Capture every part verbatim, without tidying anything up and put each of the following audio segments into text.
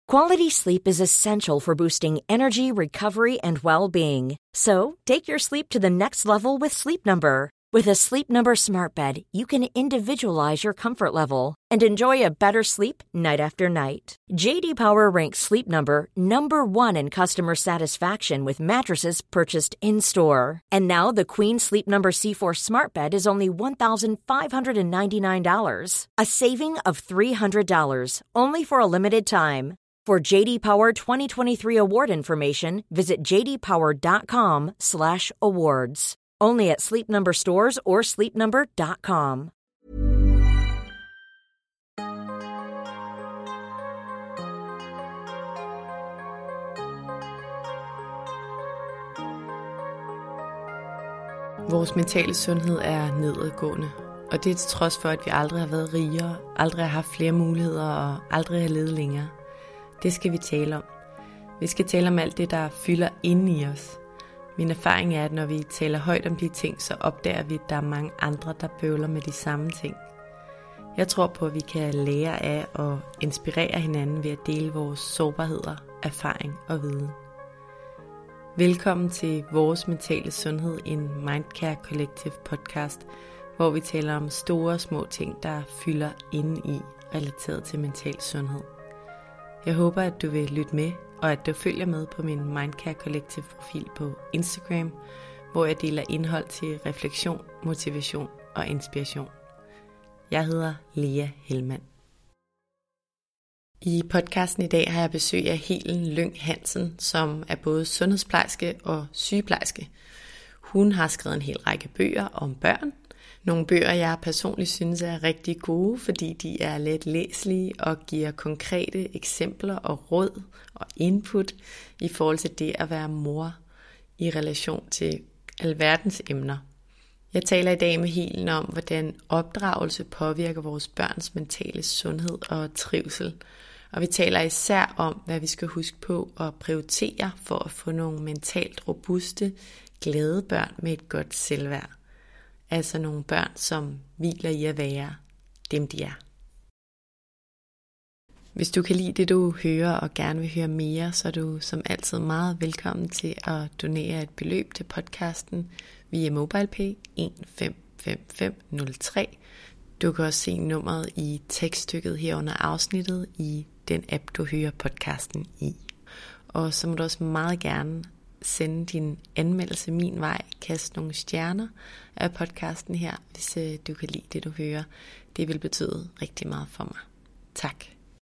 Quality sleep is essential for boosting energy, recovery, and well-being. So, take your sleep to the next level with Sleep Number. With a Sleep Number smart bed, you can individualize your comfort level and enjoy a better sleep night after night. J D Power ranks Sleep Number number one in customer satisfaction with mattresses purchased in-store. And now the Queen Sleep Number C four smart bed is only one thousand five hundred ninety-nine dollars, a saving of three hundred dollars, only for a limited time. For J D Power twenty twenty-three award information, visit j d power dot com slash awards. Only at Sleep Number stores or sleep number dot com. Vores mentale sundhed er nedadgående, og det er til trods for, at vi aldrig har været rigere, aldrig har haft flere muligheder og aldrig har levet længere. Det skal vi tale om. Vi skal tale om alt det, der fylder inde i os. Min erfaring er, at når vi taler højt om de ting, så opdager vi, at der er mange andre, der bøvler med de samme ting. Jeg tror på, at vi kan lære af og inspirere hinanden ved at dele vores sårbarheder, erfaring og viden. Velkommen til Vores Mentale Sundhed, en Mindcare Collective podcast, hvor vi taler om store og små ting, der fylder inde i relateret til mental sundhed. Jeg håber, at du vil lytte med, og at du følger med på min Mindcare Collective profil på Instagram, hvor jeg deler indhold til refleksion, motivation og inspiration. Jeg hedder Lea Helmand. I podcasten i dag har jeg besøg af Helen Lyng Hansen, som er både sundhedsplejerske og sygeplejerske. Hun har skrevet en hel række bøger om børn. Nogle bøger, jeg personligt synes er rigtig gode, fordi de er let læselige og giver konkrete eksempler og råd og input i forhold til det at være mor i relation til alverdens emner. Jeg taler i dag med Helen om, hvordan opdragelse påvirker vores børns mentale sundhed og trivsel. Og vi taler især om, hvad vi skal huske på at prioritere for at få nogle mentalt robuste, glade børn med et godt selvværd. Altså nogle børn, som hviler i at være dem, de er. Hvis du kan lide det, du hører og gerne vil høre mere, så er du som altid meget velkommen til at donere et beløb til podcasten via MobilePay et fem fem fem nul tre. Du kan også se nummeret i tekststykket her under afsnittet i den app, du hører podcasten i. Og så må du også meget gerne sende din anmeldelse min vej, kaste nogle stjerner af podcasten her, hvis øh, du kan lide det, du hører. Det vil betyde rigtig meget for mig. Tak.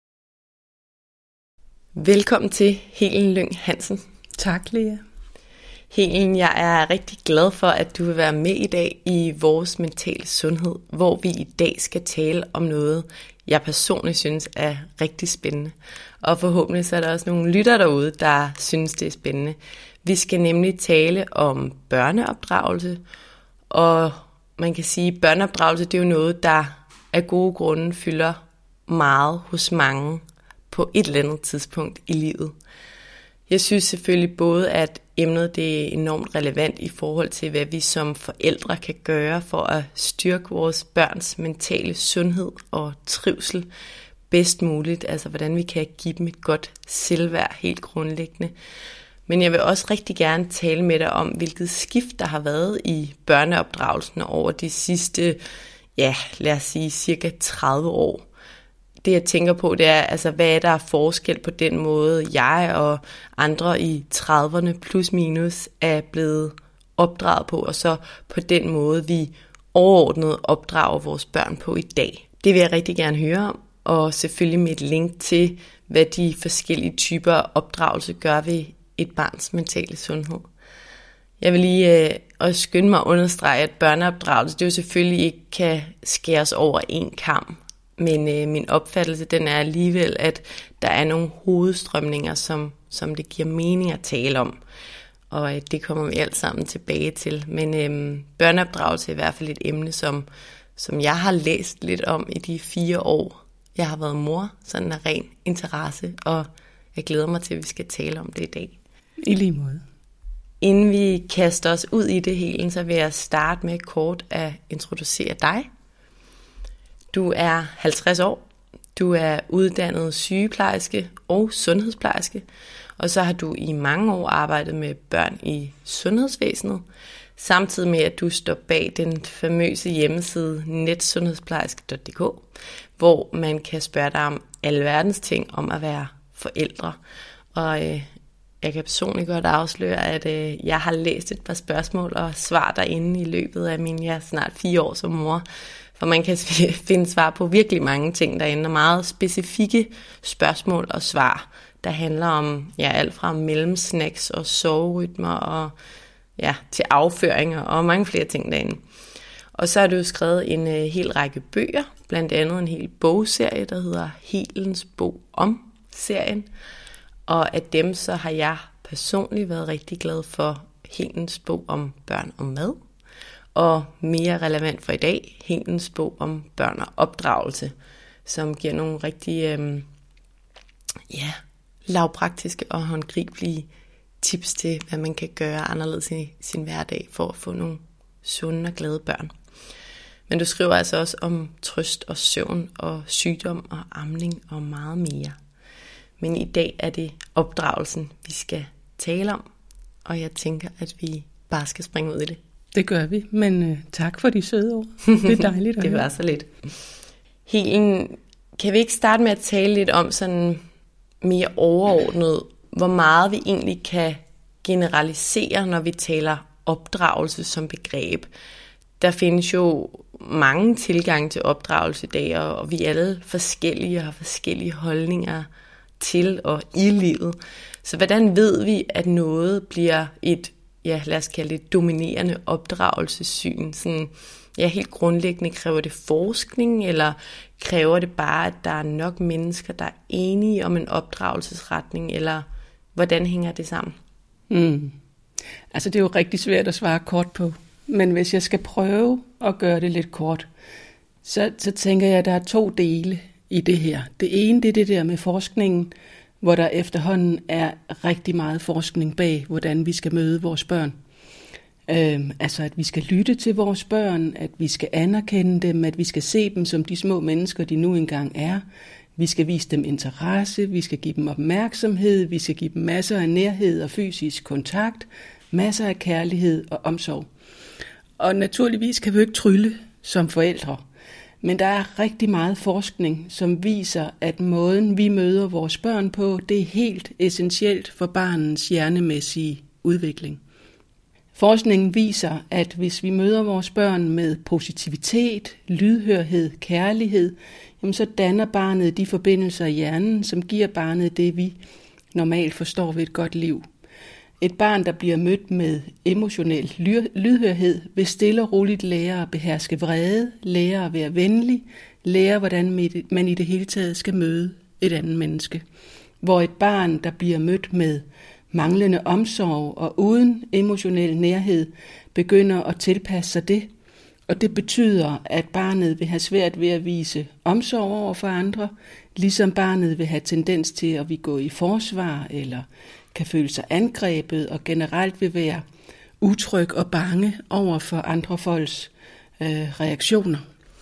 Velkommen til Helen Lyng Hansen. Tak, Lea. Helen, jeg er rigtig glad for, at du vil være med i dag i Vores Mentale Sundhed, hvor vi i dag skal tale om noget, jeg personligt synes er rigtig spændende. Og forhåbentlig så er der også nogle lytter derude, der synes, det er spændende. Vi skal nemlig tale om børneopdragelse, og man kan sige, at børneopdragelse det er jo noget, der af gode grunde fylder meget hos mange på et eller andet tidspunkt i livet. Jeg synes selvfølgelig både, at emnet det er enormt relevant i forhold til, hvad vi som forældre kan gøre for at styrke vores børns mentale sundhed og trivsel bedst muligt. Altså hvordan vi kan give dem et godt selvværd helt grundlæggende. Men jeg vil også rigtig gerne tale med dig om, hvilket skift der har været i børneopdragelsen over de sidste, ja, lad os sige, cirka tredive år. Det jeg tænker på, det er, altså, hvad er der er forskel på den måde, jeg og andre i trediverne plus minus er blevet opdraget på, og så på den måde, vi overordnet opdrager vores børn på i dag. Det vil jeg rigtig gerne høre om, og selvfølgelig med et link til, hvad de forskellige typer af opdragelse gør ved et barns mentale sundhed. Jeg vil lige øh, også skynde mig at understrege, at børneopdragelse, det jo selvfølgelig ikke kan skæres over en kam. Men øh, min opfattelse, den er alligevel, at der er nogle hovedstrømninger, som, som det giver mening at tale om. Og øh, det kommer vi alt sammen tilbage til. Men øh, børneopdragelse er i hvert fald et emne, som, som jeg har læst lidt om i de fire år, jeg har været mor. Sådan en ren interesse, og jeg glæder mig til, at vi skal tale om det i dag. I lige måde. Inden vi kaster os ud i det hele, så vil jeg starte med kort at introducere dig. Du er halvtreds år, Du er uddannet sygeplejerske og sundhedsplejerske, og så har du i mange år arbejdet med børn i sundhedsvæsenet, samtidig med at du står bag den famøse hjemmeside netsundhedsplejerske punktum d k, hvor man kan spørge dig om alverdens ting om at være forældre. Og øh, jeg kan personligt godt afsløre, at øh, jeg har læst et par spørgsmål og svar derinde i løbet af mine ja, snart fire år som mor. For man kan finde svar på virkelig mange ting derinde, og meget specifikke spørgsmål og svar, der handler om ja, alt fra mellemsnacks og soverytmer og ja, til afføringer og mange flere ting derinde. Og så har du skrevet en øh, hel række bøger, blandt andet en hel bogserie, der hedder Helens Bog Om-serien. Og af dem så har jeg personligt været rigtig glad for Helens Bog om børn og mad. Og mere relevant for i dag, Helens Bog om børn og opdragelse, som giver nogle rigtig øh, ja, lavpraktiske og håndgribelige tips til, hvad man kan gøre anderledes i sin hverdag for at få nogle sunde og glade børn. Men du skriver altså også om trøst og søvn og sygdom og amning og meget mere. Men i dag er det opdragelsen, vi skal tale om, og jeg tænker, at vi bare skal springe ud i det. Det gør vi, men uh, tak for de søde ord. Det er dejligt at det var så lidt. Helen, kan vi ikke starte med at tale lidt om sådan mere overordnet, hvor meget vi egentlig kan generalisere, når vi taler opdragelse som begreb? Der findes jo mange tilgange til opdragelse i dag, og vi er alle forskellige og har forskellige holdninger til og i livet. Så hvordan ved vi, at noget bliver et, ja, lad os kalde det dominerende opdragelsessyn? Sådan, ja, helt grundlæggende kræver det forskning, eller kræver det bare, at der er nok mennesker, der er enige om en opdragelsesretning, eller hvordan hænger det sammen? Mm. Altså det er jo rigtig svært at svare kort på, men hvis jeg skal prøve at gøre det lidt kort, så, så tænker jeg, at der er to dele i det her. Det ene, det er det der med forskningen, hvor der efterhånden er rigtig meget forskning bag, hvordan vi skal møde vores børn. Øhm, altså at vi skal lytte til vores børn, at vi skal anerkende dem, at vi skal se dem som de små mennesker, de nu engang er. Vi skal vise dem interesse, vi skal give dem opmærksomhed, vi skal give dem masser af nærhed og fysisk kontakt, masser af kærlighed og omsorg. Og naturligvis kan vi jo ikke trylle som forældre, men der er rigtig meget forskning, som viser, at måden vi møder vores børn på, det er helt essentielt for barnets hjernemæssige udvikling. Forskningen viser, at hvis vi møder vores børn med positivitet, lydhørhed, kærlighed, jamen så danner barnet de forbindelser i hjernen, som giver barnet det, vi normalt forstår ved et godt liv. Et barn, der bliver mødt med emotionel lydhørhed, vil stille og roligt lære at beherske vrede, lære at være venlig, lære, hvordan man i det hele taget skal møde et andet menneske. Hvor et barn, der bliver mødt med manglende omsorg og uden emotionel nærhed, begynder at tilpasse sig det. Og det betyder, at barnet vil have svært ved at vise omsorg over for andre, ligesom barnet vil have tendens til at vi gå i forsvar eller kan føle sig angrebet og generelt vil være utryg og bange over for andre folks øh, reaktioner.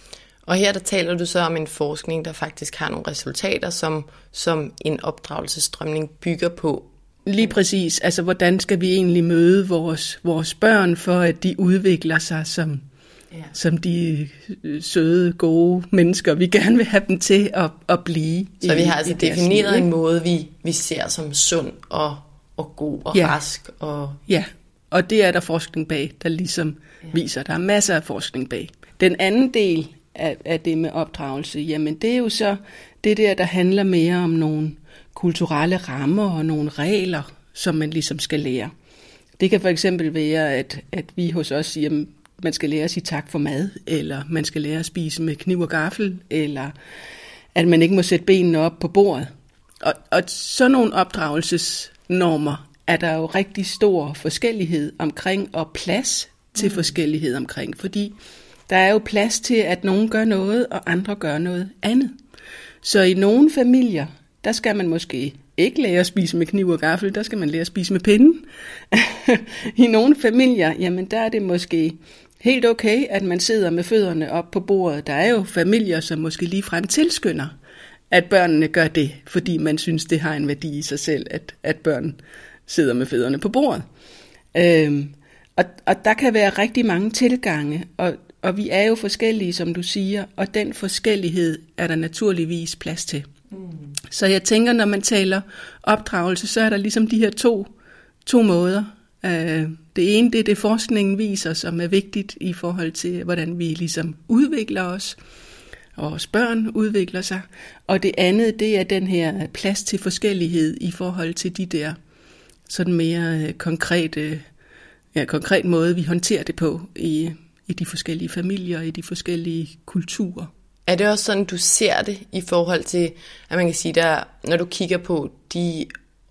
Og her der taler du så om en forskning, der faktisk har nogle resultater, som, som en opdragelsesstrømning bygger på. Lige præcis. Altså, hvordan skal vi egentlig møde vores, vores børn, for at de udvikler sig som, ja. som de søde, gode mennesker, vi gerne vil have dem til at, at blive. Så i, vi har altså defineret liv, en måde, vi, vi ser som sund og, og god og ja. rask. Og... Ja, og det er der forskning bag, der ligesom ja. viser. Der er masser af forskning bag. Den anden del af, af det med opdragelse, jamen det er jo så det der, der handler mere om nogle kulturelle rammer og nogle regler, som man ligesom skal lære. Det kan for eksempel være, at, at vi hos os siger, at man skal lære at sige tak for mad, eller man skal lære at spise med kniv og gaffel, eller at man ikke må sætte benene op på bordet. Og, og sådan nogle opdragelsesnormer er der jo rigtig stor forskellighed omkring, og plads til mm. forskellighed omkring, fordi der er jo plads til, at nogen gør noget, og andre gør noget andet. Så i nogle familier, der skal man måske ikke lære at spise med kniv og gaffel, der skal man lære at spise med pinden. I nogle familier, jamen der er det måske helt okay, at man sidder med fødderne op på bordet. Der er jo familier, som måske ligefrem tilskynder, at børnene gør det, fordi man synes, det har en værdi i sig selv, at, at børn sidder med fædrene på bordet. Øhm, og, og der kan være rigtig mange tilgange, og, og vi er jo forskellige, som du siger, og den forskellighed er der naturligvis plads til. Mm. Så jeg tænker, når man taler opdragelse, så er der ligesom de her to, to måder. Øh, det ene, det er det, forskningen viser, som er vigtigt i forhold til, hvordan vi ligesom udvikler os, og vores børn udvikler sig. Og det andet, det er den her plads til forskellighed i forhold til de der sådan mere konkrete, ja, konkret måde, vi håndterer det på i, i de forskellige familier, i de forskellige kulturer. Er det også sådan, du ser det i forhold til, at man kan sige, der, når du kigger på de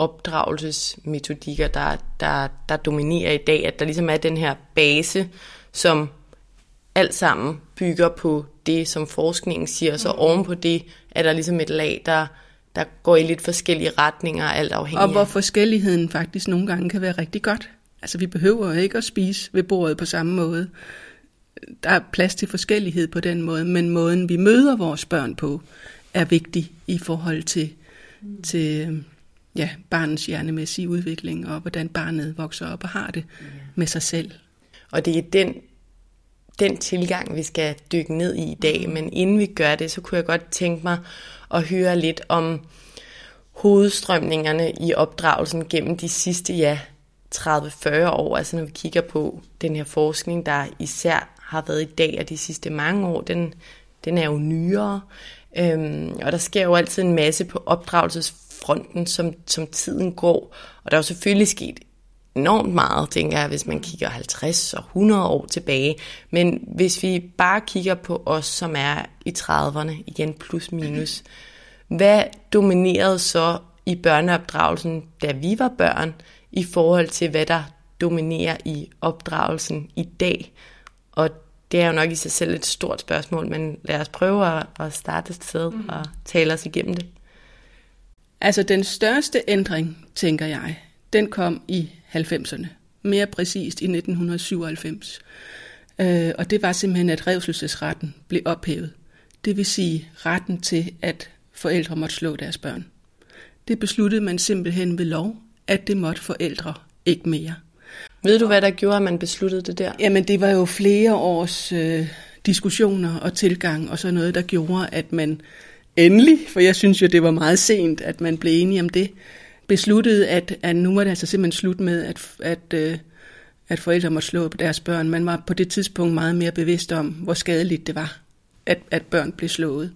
opdragelsesmetodikker, der, der, der dominerer i dag, at der ligesom er den her base, som alt sammen bygger på det, som forskningen siger, og så mm. oven på det er der ligesom et lag, der, der går i lidt forskellige retninger, alt afhængig af. Og hvor forskelligheden faktisk nogle gange kan være rigtig godt. Altså vi behøver ikke at spise ved bordet på samme måde. Der er plads til forskellighed på den måde, men måden vi møder vores børn på, er vigtig i forhold til, mm. til ja, barnets hjernemæssige udvikling, og hvordan barnet vokser op og har det yeah. med sig selv. Og det er den, den tilgang, vi skal dykke ned i i dag, mm. men inden vi gør det, så kunne jeg godt tænke mig at høre lidt om hovedstrømningerne i opdragelsen gennem de sidste, ja, tredive til fyrre år, altså når vi kigger på den her forskning, der især har været i dag, og de sidste mange år, den, den er jo nyere, øhm, og der sker jo altid en masse på opdragelsesfronten, som, som tiden går, og der er jo selvfølgelig sket enormt meget, tænker jeg, hvis man kigger halvtreds og hundrede år tilbage, men hvis vi bare kigger på os, som er i trediverne, igen plus minus, hvad dominerede så i børneopdragelsen, da vi var børn, i forhold til, hvad der dominerer i opdragelsen i dag? Og det er jo nok i sig selv et stort spørgsmål, men lad os prøve at, at starte et sted mm. og tale os igennem det. Altså den største ændring, tænker jeg, den kom i halvfemserne. Mere præcist i nitten syvoghalvfems. Øh, og det var simpelthen, at revselsesretten blev ophævet. Det vil sige retten til, at forældre måtte slå deres børn. Det besluttede man simpelthen ved lov, at det måtte forældre ikke mere. Ved du, hvad der gjorde, at man besluttede det der? Jamen, det var jo flere års øh, diskussioner og tilgang og sådan noget, der gjorde, at man endelig, for jeg synes jo, det var meget sent, at man blev enige om det, besluttede, at, at nu var det altså simpelthen slut med, at, at, øh, at forældre måtte slå på deres børn. Man var på det tidspunkt meget mere bevidst om, hvor skadeligt det var, at, at børn blev slået.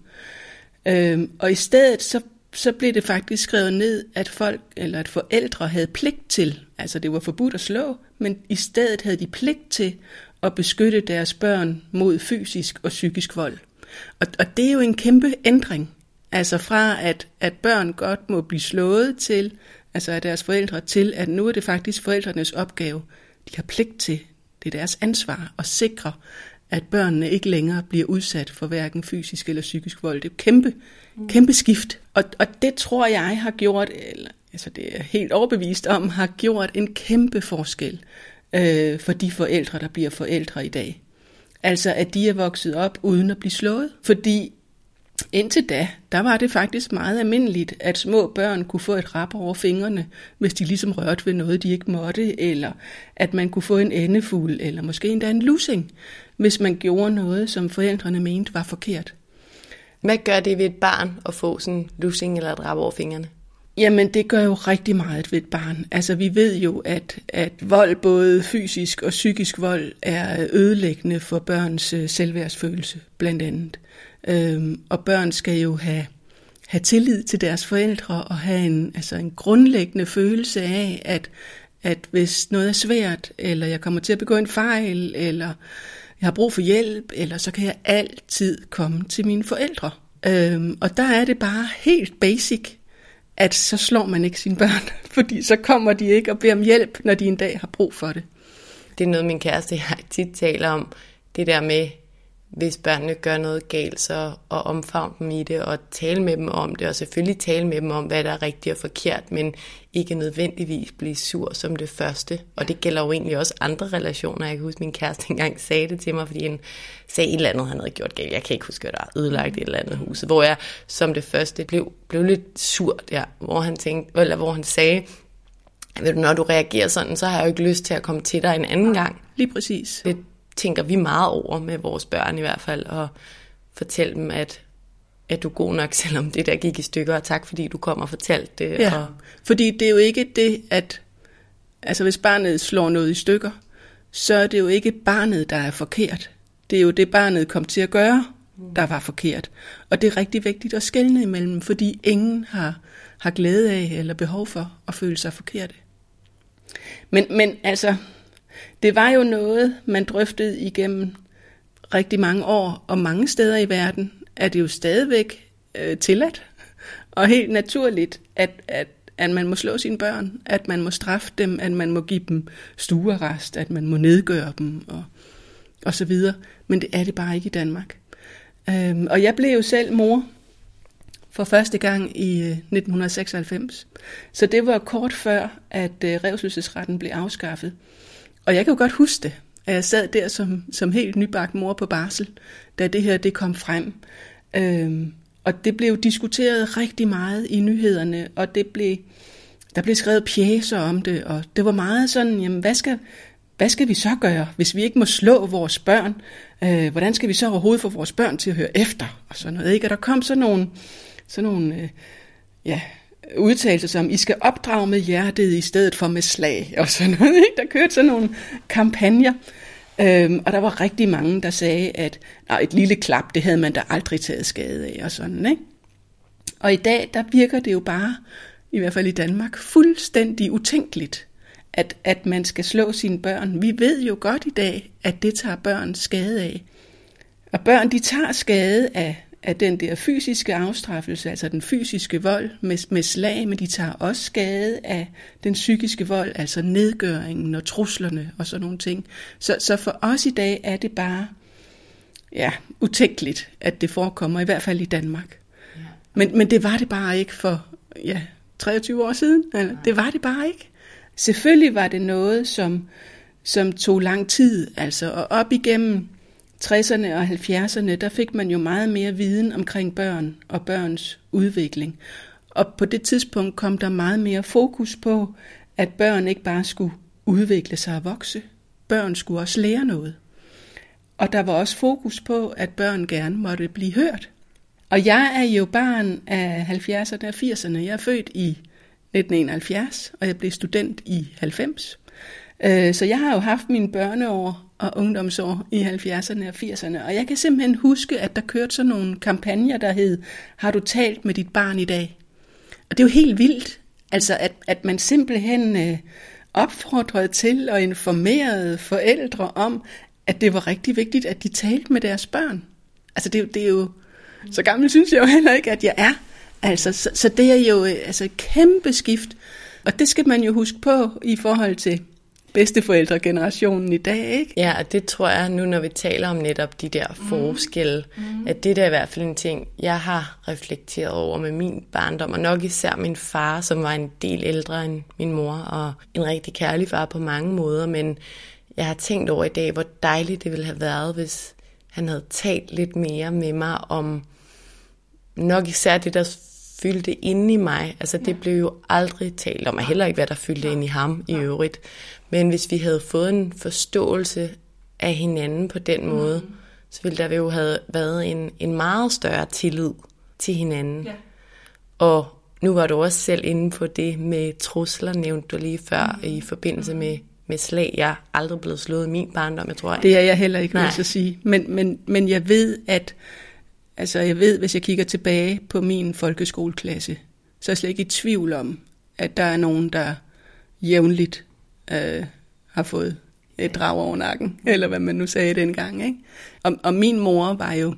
Øh, og i stedet så så blev det faktisk skrevet ned, at folk eller at forældre havde pligt til, altså det var forbudt at slå, men i stedet havde de pligt til at beskytte deres børn mod fysisk og psykisk vold. Og, og det er jo en kæmpe ændring, altså fra at, at børn godt må blive slået til, altså af deres forældre, til at nu er det faktisk forældrenes opgave. De har pligt til, det er deres ansvar at sikre, at børnene ikke længere bliver udsat for hverken fysisk eller psykisk vold. Det er et kæmpe, mm. kæmpe skift. Og, og det tror jeg har gjort, eller, altså det er helt overbevist om, har gjort en kæmpe forskel øh, for de forældre, der bliver forældre i dag. Altså at de er vokset op uden at blive slået. Fordi indtil da, der var det faktisk meget almindeligt, at små børn kunne få et rap over fingrene, hvis de ligesom rørte ved noget, de ikke måtte, eller at man kunne få en endefugl, eller måske endda en lussing, hvis man gjorde noget, som forældrene mente var forkert. Hvad gør det ved et barn at få sådan en lussing eller et rap over fingrene? Jamen, det gør jo rigtig meget ved et barn. Altså, vi ved jo, at, at vold, både fysisk og psykisk vold, er ødelæggende for børns selvværdsfølelse, blandt andet. Øhm, og børn skal jo have, have tillid til deres forældre, og have en, altså en grundlæggende følelse af, at, at hvis noget er svært, eller jeg kommer til at begå en fejl, eller jeg har brug for hjælp, eller så kan jeg altid komme til mine forældre. Øhm, og der er det bare helt basic, at så slår man ikke sine børn, fordi så kommer de ikke og beder om hjælp, når de en dag har brug for det. Det er noget, min kæreste jeg tit taler om, det der med, hvis børnene gør noget galt, så at omfavne dem i det og tale med dem om det, og selvfølgelig tale med dem om, hvad der er rigtigt og forkert, men ikke nødvendigvis blive sur som det første. Og det gælder jo egentlig også andre relationer. Jeg kan huske, min kæreste engang sagde det til mig, fordi han sagde et eller andet, han havde gjort galt. Jeg kan ikke huske, at der er ødelagt et eller andet hus. Hvor jeg som det første blev, blev lidt sur der, hvor han, tænkte, eller hvor han sagde, ved du, når du reagerer sådan, så har jeg jo ikke lyst til at komme til dig en anden gang. Lige præcis. Det tænker vi meget over med vores børn i hvert fald, og fortælle dem, at, at du er god nok, selvom det der gik i stykker, og tak fordi du kom og fortalte det. Ja, og... fordi det er jo ikke det, at altså hvis barnet slår noget i stykker, så er det jo ikke barnet, der er forkert. Det er jo det, barnet kom til at gøre, der var forkert. Og det er rigtig vigtigt at skelne imellem, fordi ingen har, har glæde af eller behov for at føle sig forkerte. Men, men altså... Det var jo noget, man drøftede igennem rigtig mange år, og mange steder i verden er det jo stadigvæk øh, tilladt, og helt naturligt, at, at, at man må slå sine børn, at man må straffe dem, at man må give dem stuearrest, at man må nedgøre dem, og, og så videre. Men det er det bare ikke i Danmark. Øhm, og jeg blev jo selv mor for første gang i øh, nitten seksoghalvfems, så det var kort før, at øh, revselsesretten blev afskaffet. Og jeg kan jo godt huske det, at jeg sad der som, som helt nybagt mor på barsel, da det her det kom frem. Øhm, og det blev diskuteret rigtig meget i nyhederne, og det blev, der blev skrevet pjecer om det, og det var meget sådan, jamen hvad skal, hvad skal vi så gøre, hvis vi ikke må slå vores børn? Øh, hvordan skal vi så overhovedet få vores børn til at høre efter? Og sådan noget, ikke? Og der kom sådan nogle, sådan nogle øh, ja... udtalelser som, I skal opdrage med hjertet i stedet for med slag, og sådan noget, ikke? Der kørte sådan nogle kampagner, øhm, og der var rigtig mange, der sagde, at nej, et lille klap, det havde man da aldrig taget skade af, og sådan, ikke? Og i dag, der virker det jo bare, i hvert fald i Danmark, fuldstændig utænkeligt, at, at man skal slå sine børn. Vi ved jo godt i dag, at det tager børn skade af. Og børn, de tager skade af af den der fysiske afstraffelse, altså den fysiske vold med, med slag, men de tager også skade af den psykiske vold, altså nedgøringen og truslerne og sådan nogle ting. Så, så for os i dag er det bare ja, utænkeligt, at det forekommer, i hvert fald i Danmark. Ja. Men, men det var det bare ikke for ja, treogtyve år siden. Eller, det var det bare ikke. Selvfølgelig var det noget, som, som tog lang tid, altså, og op igennem tresserne og halvfjerdserne, der fik man jo meget mere viden omkring børn og børns udvikling. Og på det tidspunkt kom der meget mere fokus på, at børn ikke bare skulle udvikle sig og vokse. Børn skulle også lære noget. Og der var også fokus på, at børn gerne måtte blive hørt. Og jeg er jo barn af halvfjerdserne og firserne. Jeg er født i nitten enoghalvfjerds, og jeg blev student i halvfems. Så jeg har jo haft mine børneår og ungdomsår i halvfjerdserne og firserne, og jeg kan simpelthen huske, at der kørte sådan nogle kampagner, der hed, har du talt med dit barn i dag? Og det er jo helt vildt, altså at, at man simpelthen øh, opfordrede til og informerede forældre om, at det var rigtig vigtigt, at de talte med deres børn. Altså det, det er jo, så gammel synes jeg jo heller ikke, at jeg er. Altså, så, så det er jo altså et kæmpe skift, og det skal man jo huske på i forhold til bedsteforældregenerationen i dag, ikke? Ja, og det tror jeg nu, når vi taler om netop de der forskelle, mm. at det der er i hvert fald en ting, jeg har reflekteret over med min barndom, og nok især min far, som var en del ældre end min mor, og en rigtig kærlig far på mange måder, men jeg har tænkt over i dag, hvor dejligt det ville have været, hvis han havde talt lidt mere med mig om nok især det, der fyldte inde i mig. Altså det blev jo aldrig talt om, og heller ikke, hvad der fyldte inde i ham i øvrigt. Men hvis vi havde fået en forståelse af hinanden på den måde, mm. så ville der jo have været en, en meget større tillid til hinanden. Ja. Og nu var du også selv inde på det med trusler, nævnte du lige før, mm. i forbindelse med, med slag. Jeg er aldrig blevet slået i min barndom, jeg tror. Det er jeg heller ikke nødt til at sige. Men, men, men jeg ved, at altså jeg ved, hvis jeg kigger tilbage på min folkeskoleklasse, så er jeg slet ikke i tvivl om, at der er nogen, der jævnligt øh, har fået et drag over nakken, eller hvad man nu sagde dengang, ikke? Og, og min mor var jo,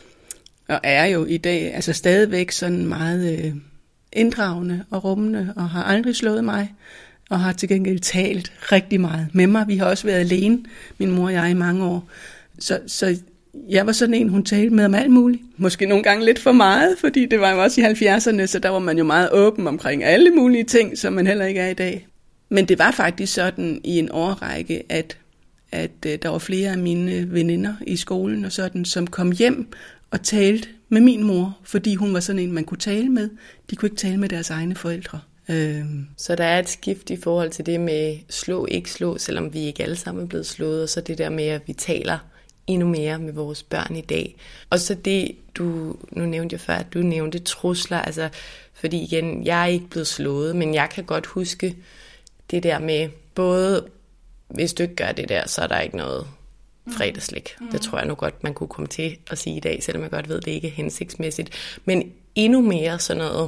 og er jo i dag, altså stadigvæk sådan meget øh, inddragende og rummende, og har aldrig slået mig, og har til gengæld talt rigtig meget med mig. Vi har også været alene, min mor og jeg, i mange år. Så, så jeg var sådan en, hun talte med om alt muligt. Måske nogle gange lidt for meget, fordi det var jo også i halvfjerdserne, så der var man jo meget åben omkring alle mulige ting, som man heller ikke er i dag. Men det var faktisk sådan i en årrække, at, at øh, der var flere af mine veninder i skolen og sådan, som kom hjem og talte med min mor, fordi hun var sådan en, man kunne tale med. De kunne ikke tale med deres egne forældre. Øhm. Så der er et skift i forhold til det med slå, ikke slå, selvom vi ikke alle sammen er blevet slået, og så det der med, at vi taler endnu mere med vores børn i dag. Og så det, du, nu nævnte jeg før, at du nævnte trusler, altså, fordi igen, jeg er ikke blevet slået, men jeg kan godt huske det der med, både hvis du ikke gør det der, så er der ikke noget fredagslik. Mm. Det tror jeg nu godt, man kunne komme til at sige i dag, selvom jeg godt ved, det ikke er hensigtsmæssigt. Men endnu mere sådan noget,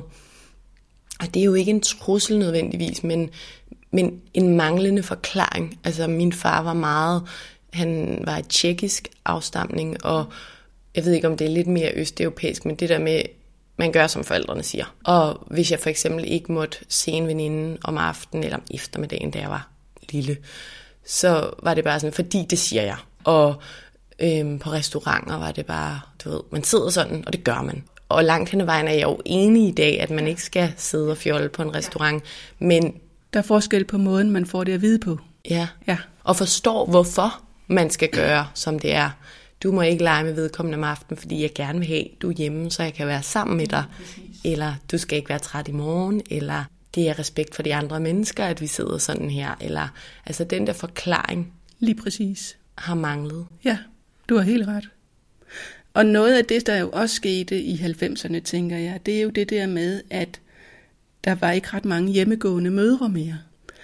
og det er jo ikke en trussel nødvendigvis, men, men en manglende forklaring. Altså min far var meget, han var et tjekkisk afstamning, og jeg ved ikke, om det er lidt mere østeuropæisk, men det der med, man gør, som forældrene siger. Og hvis jeg for eksempel ikke måtte se en veninde om aftenen eller om eftermiddagen, da jeg var lille, så var det bare sådan, fordi det siger jeg. Og øhm, på restauranter var det bare, du ved, man sidder sådan, og det gør man. Og langt hen ad vejen er jeg jo enig i dag, at man ikke skal sidde og fjolle på en restaurant, men der er forskel på måden, man får det at vide på. Ja, ja. Og forstår, hvorfor man skal gøre, som det er. Du må ikke lege med vedkommende om aftenen, fordi jeg gerne vil have, du er hjemme, så jeg kan være sammen med dig. Eller du skal ikke være træt i morgen, eller det er respekt for de andre mennesker, at vi sidder sådan her. Eller altså den der forklaring. Lige præcis. Har manglet. Ja, du har helt ret. Og noget af det, der jo også skete i halvfemserne, tænker jeg, det er jo det der med, at der var ikke ret mange hjemmegående mødre mere.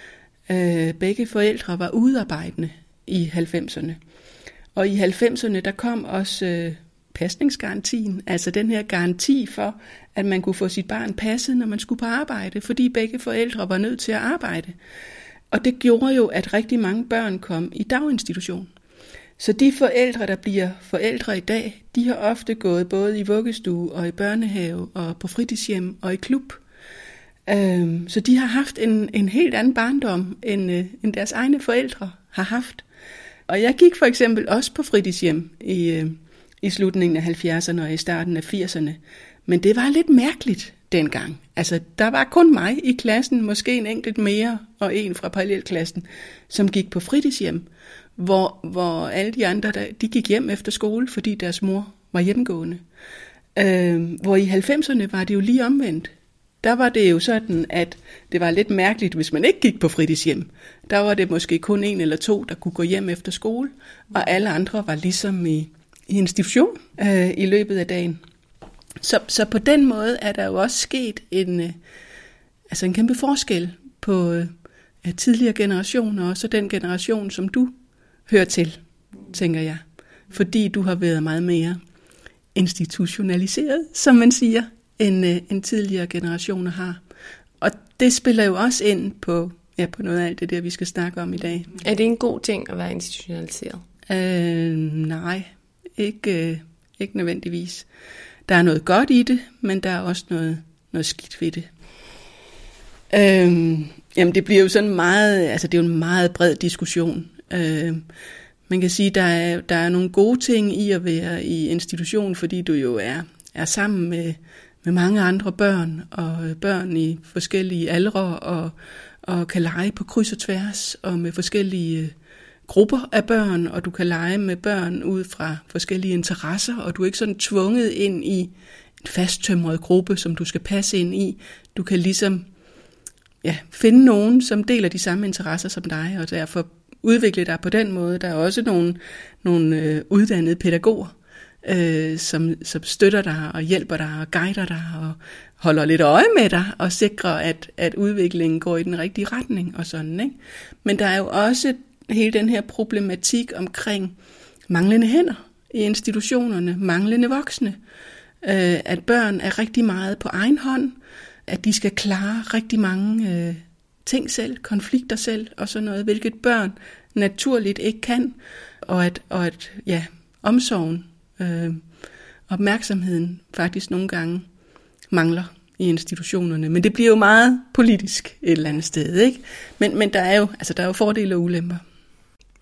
Øh, begge forældre var udarbejdende i halvfemserne. Og i halvfemserne, der kom også øh, pasningsgarantien, altså den her garanti for, at man kunne få sit barn passet, når man skulle på arbejde, fordi begge forældre var nødt til at arbejde. Og det gjorde jo, at rigtig mange børn kom i daginstitution. Så de forældre, der bliver forældre i dag, de har ofte gået både i vuggestue og i børnehave og på fritidshjem og i klub. Øhm, så de har haft en, en helt anden barndom, end, øh, end deres egne forældre har haft. Og jeg gik for eksempel også på fritidshjem i, øh, i slutningen af halvfjerdserne og i starten af firserne. Men det var lidt mærkeligt dengang. Altså, der var kun mig i klassen, måske en enkelt mere og en fra parallelklassen, som gik på fritidshjem, hvor, hvor alle de andre, der, de gik hjem efter skole, fordi deres mor var hjemmegående. Øh, hvor i halvfemserne var det jo lige omvendt. Der var det jo sådan, at det var lidt mærkeligt, hvis man ikke gik på fritidshjem. Der var det måske kun en eller to, der kunne gå hjem efter skole, og alle andre var ligesom i, i institution øh, i løbet af dagen. Så, så på den måde er der jo også sket en, øh, altså en kæmpe forskel på øh, tidligere generationer, og så den generation, som du hører til, tænker jeg. Fordi du har været meget mere institutionaliseret, som man siger, end, øh, end tidligere generationer har. Og det spiller jo også ind på, ja, på noget af alt det der, vi skal snakke om i dag. Er det en god ting at være institutionaliseret? Øh, nej, ikke, øh, ikke nødvendigvis. Der er noget godt i det, men der er også noget, noget skidt ved det. Øh, jamen det bliver jo sådan meget, altså det er jo en meget bred diskussion. Øh, man kan sige, der er der er nogle gode ting i at være i institution, fordi du jo er er sammen med med mange andre børn og børn i forskellige aldre og og kan lege på kryds og tværs og med forskellige grupper af børn, og du kan lege med børn ud fra forskellige interesser, og du er ikke sådan tvunget ind i en fasttømret gruppe, som du skal passe ind i. Du kan ligesom ja, finde nogen, som deler de samme interesser som dig, og derfor udvikle dig på den måde. Der er også nogle, nogle øh, uddannede pædagoger, øh, som, som støtter dig og hjælper dig og guider dig og holder lidt øje med dig og sikrer, at, at udviklingen går i den rigtige retning og sådan, ikke? Men der er jo også hele den her problematik omkring manglende hænder i institutionerne, manglende voksne, øh, at børn er rigtig meget på egen hånd, at de skal klare rigtig mange øh, ting selv, konflikter selv og sådan noget, hvilket børn naturligt ikke kan, og at, og at ja, omsorgen, øh, opmærksomheden faktisk nogle gange mangler i institutionerne. Men det bliver jo meget politisk et eller andet sted, ikke? Men, men der er jo, altså der er jo fordele og ulemper.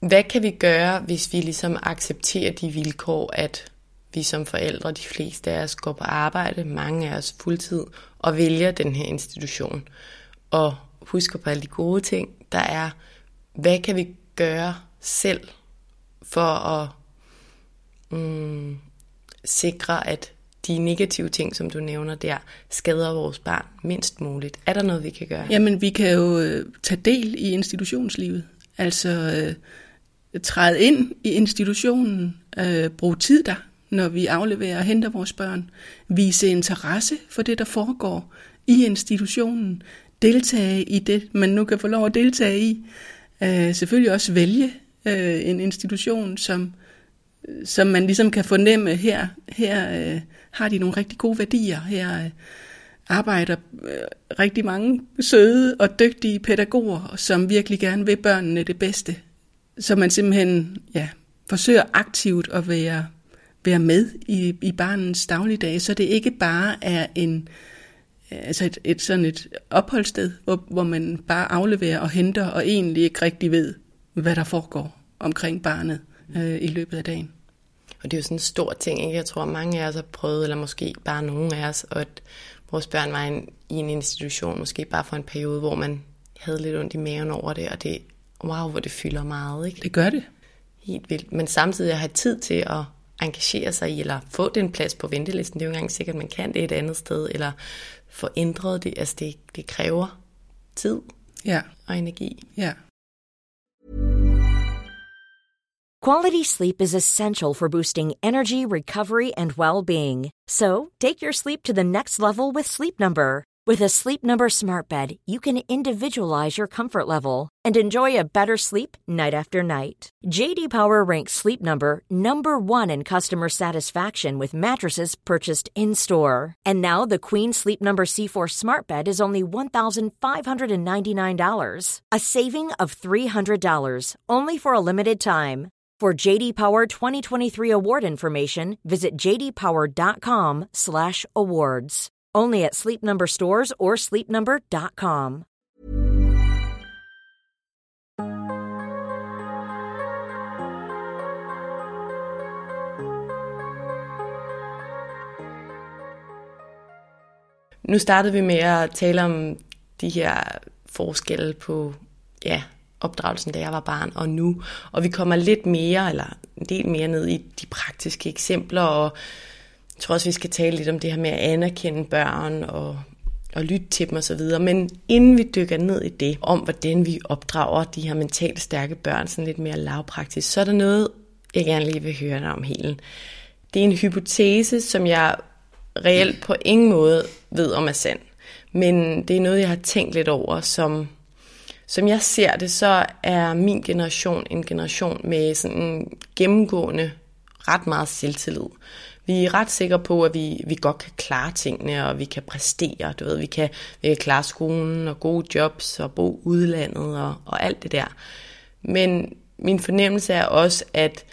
hvad kan vi gøre, hvis vi ligesom accepterer de vilkår, at vi som forældre, de fleste af os, går på arbejde, mange af os fuldtid, og vælger den her institution. Og husker på alle de gode ting, der er, hvad kan vi gøre selv for at mm, sikre, at de negative ting, som du nævner der, skader vores barn mindst muligt. Er der noget, vi kan gøre? Jamen, vi kan jo øh, tage del i institutionslivet. Altså øh, træde ind i institutionen, øh, bruge tid der, når vi afleverer og henter vores børn. Vise interesse for det, der foregår i institutionen. Deltage i det, man nu kan få lov at deltage i. Øh, selvfølgelig også vælge øh, en institution, som, som man ligesom kan fornemme, her, her øh, har de nogle rigtig gode værdier. Her øh, arbejder øh, rigtig mange søde og dygtige pædagoger, som virkelig gerne vil børnene det bedste. Så man simpelthen ja, forsøger aktivt at være, være med i, i barnets dagligdag, så det ikke bare er en altså et, et sådan et opholdssted, hvor, hvor man bare afleverer og henter, og egentlig ikke rigtig ved, hvad der foregår omkring barnet øh, i løbet af dagen. Og det er jo sådan en stor ting, ikke? Jeg tror, mange af os har prøvet, eller måske bare nogen af os, at vores børn var en, i en institution, måske bare for en periode, hvor man havde lidt ondt i maven over det, og det, wow, hvor det fylder meget, ikke? Det gør det. Helt vildt. Men samtidig at have tid til at engagere sig i, eller få den plads på ventelisten, det er jo ikke engang sikkert, at man kan det et andet sted, eller få ændret det, altså det, det kræver tid ja. og energi. Ja. Quality sleep is essential for boosting energy, recovery, and well-being. So, take your sleep to the next level with Sleep Number. With a Sleep Number smart bed, you can individualize your comfort level and enjoy a better sleep night after night. J D Power ranks Sleep Number number one in customer satisfaction with mattresses purchased in-store. And now the Queen Sleep Number C four smart bed is only one thousand five hundred ninety-nine dollars, a saving of three hundred dollars, only for a limited time. For J D Power twenty twenty-three award information, visit j d power dot com slash awards. Only at Sleep Number stores or sleep number dot com. Nu startede vi med at tale om de her forskelle på ja, opdragelsen, da jeg var barn og nu. Og vi kommer lidt mere, eller en del mere ned i de praktiske eksempler, og jeg tror også, vi skal tale lidt om det her med at anerkende børn og, og lytte til dem osv. Men inden vi dykker ned i det, om hvordan vi opdrager de her mentalt stærke børn, sådan lidt mere lavpraktisk, så er der noget, jeg gerne lige vil høre dig om, Helen. Det er en hypotese, som jeg reelt på ingen måde ved om er sand. Men det er noget, jeg har tænkt lidt over, som, som jeg ser det, så er min generation en generation med sådan gennemgående ret meget selvtillid. Vi er ret sikre på, at vi, vi godt kan klare tingene, og vi kan præstere. Du ved, vi kan, vi kan klare skolen og gode jobs og bo udlandet og, og alt det der. Men min fornemmelse er også, at,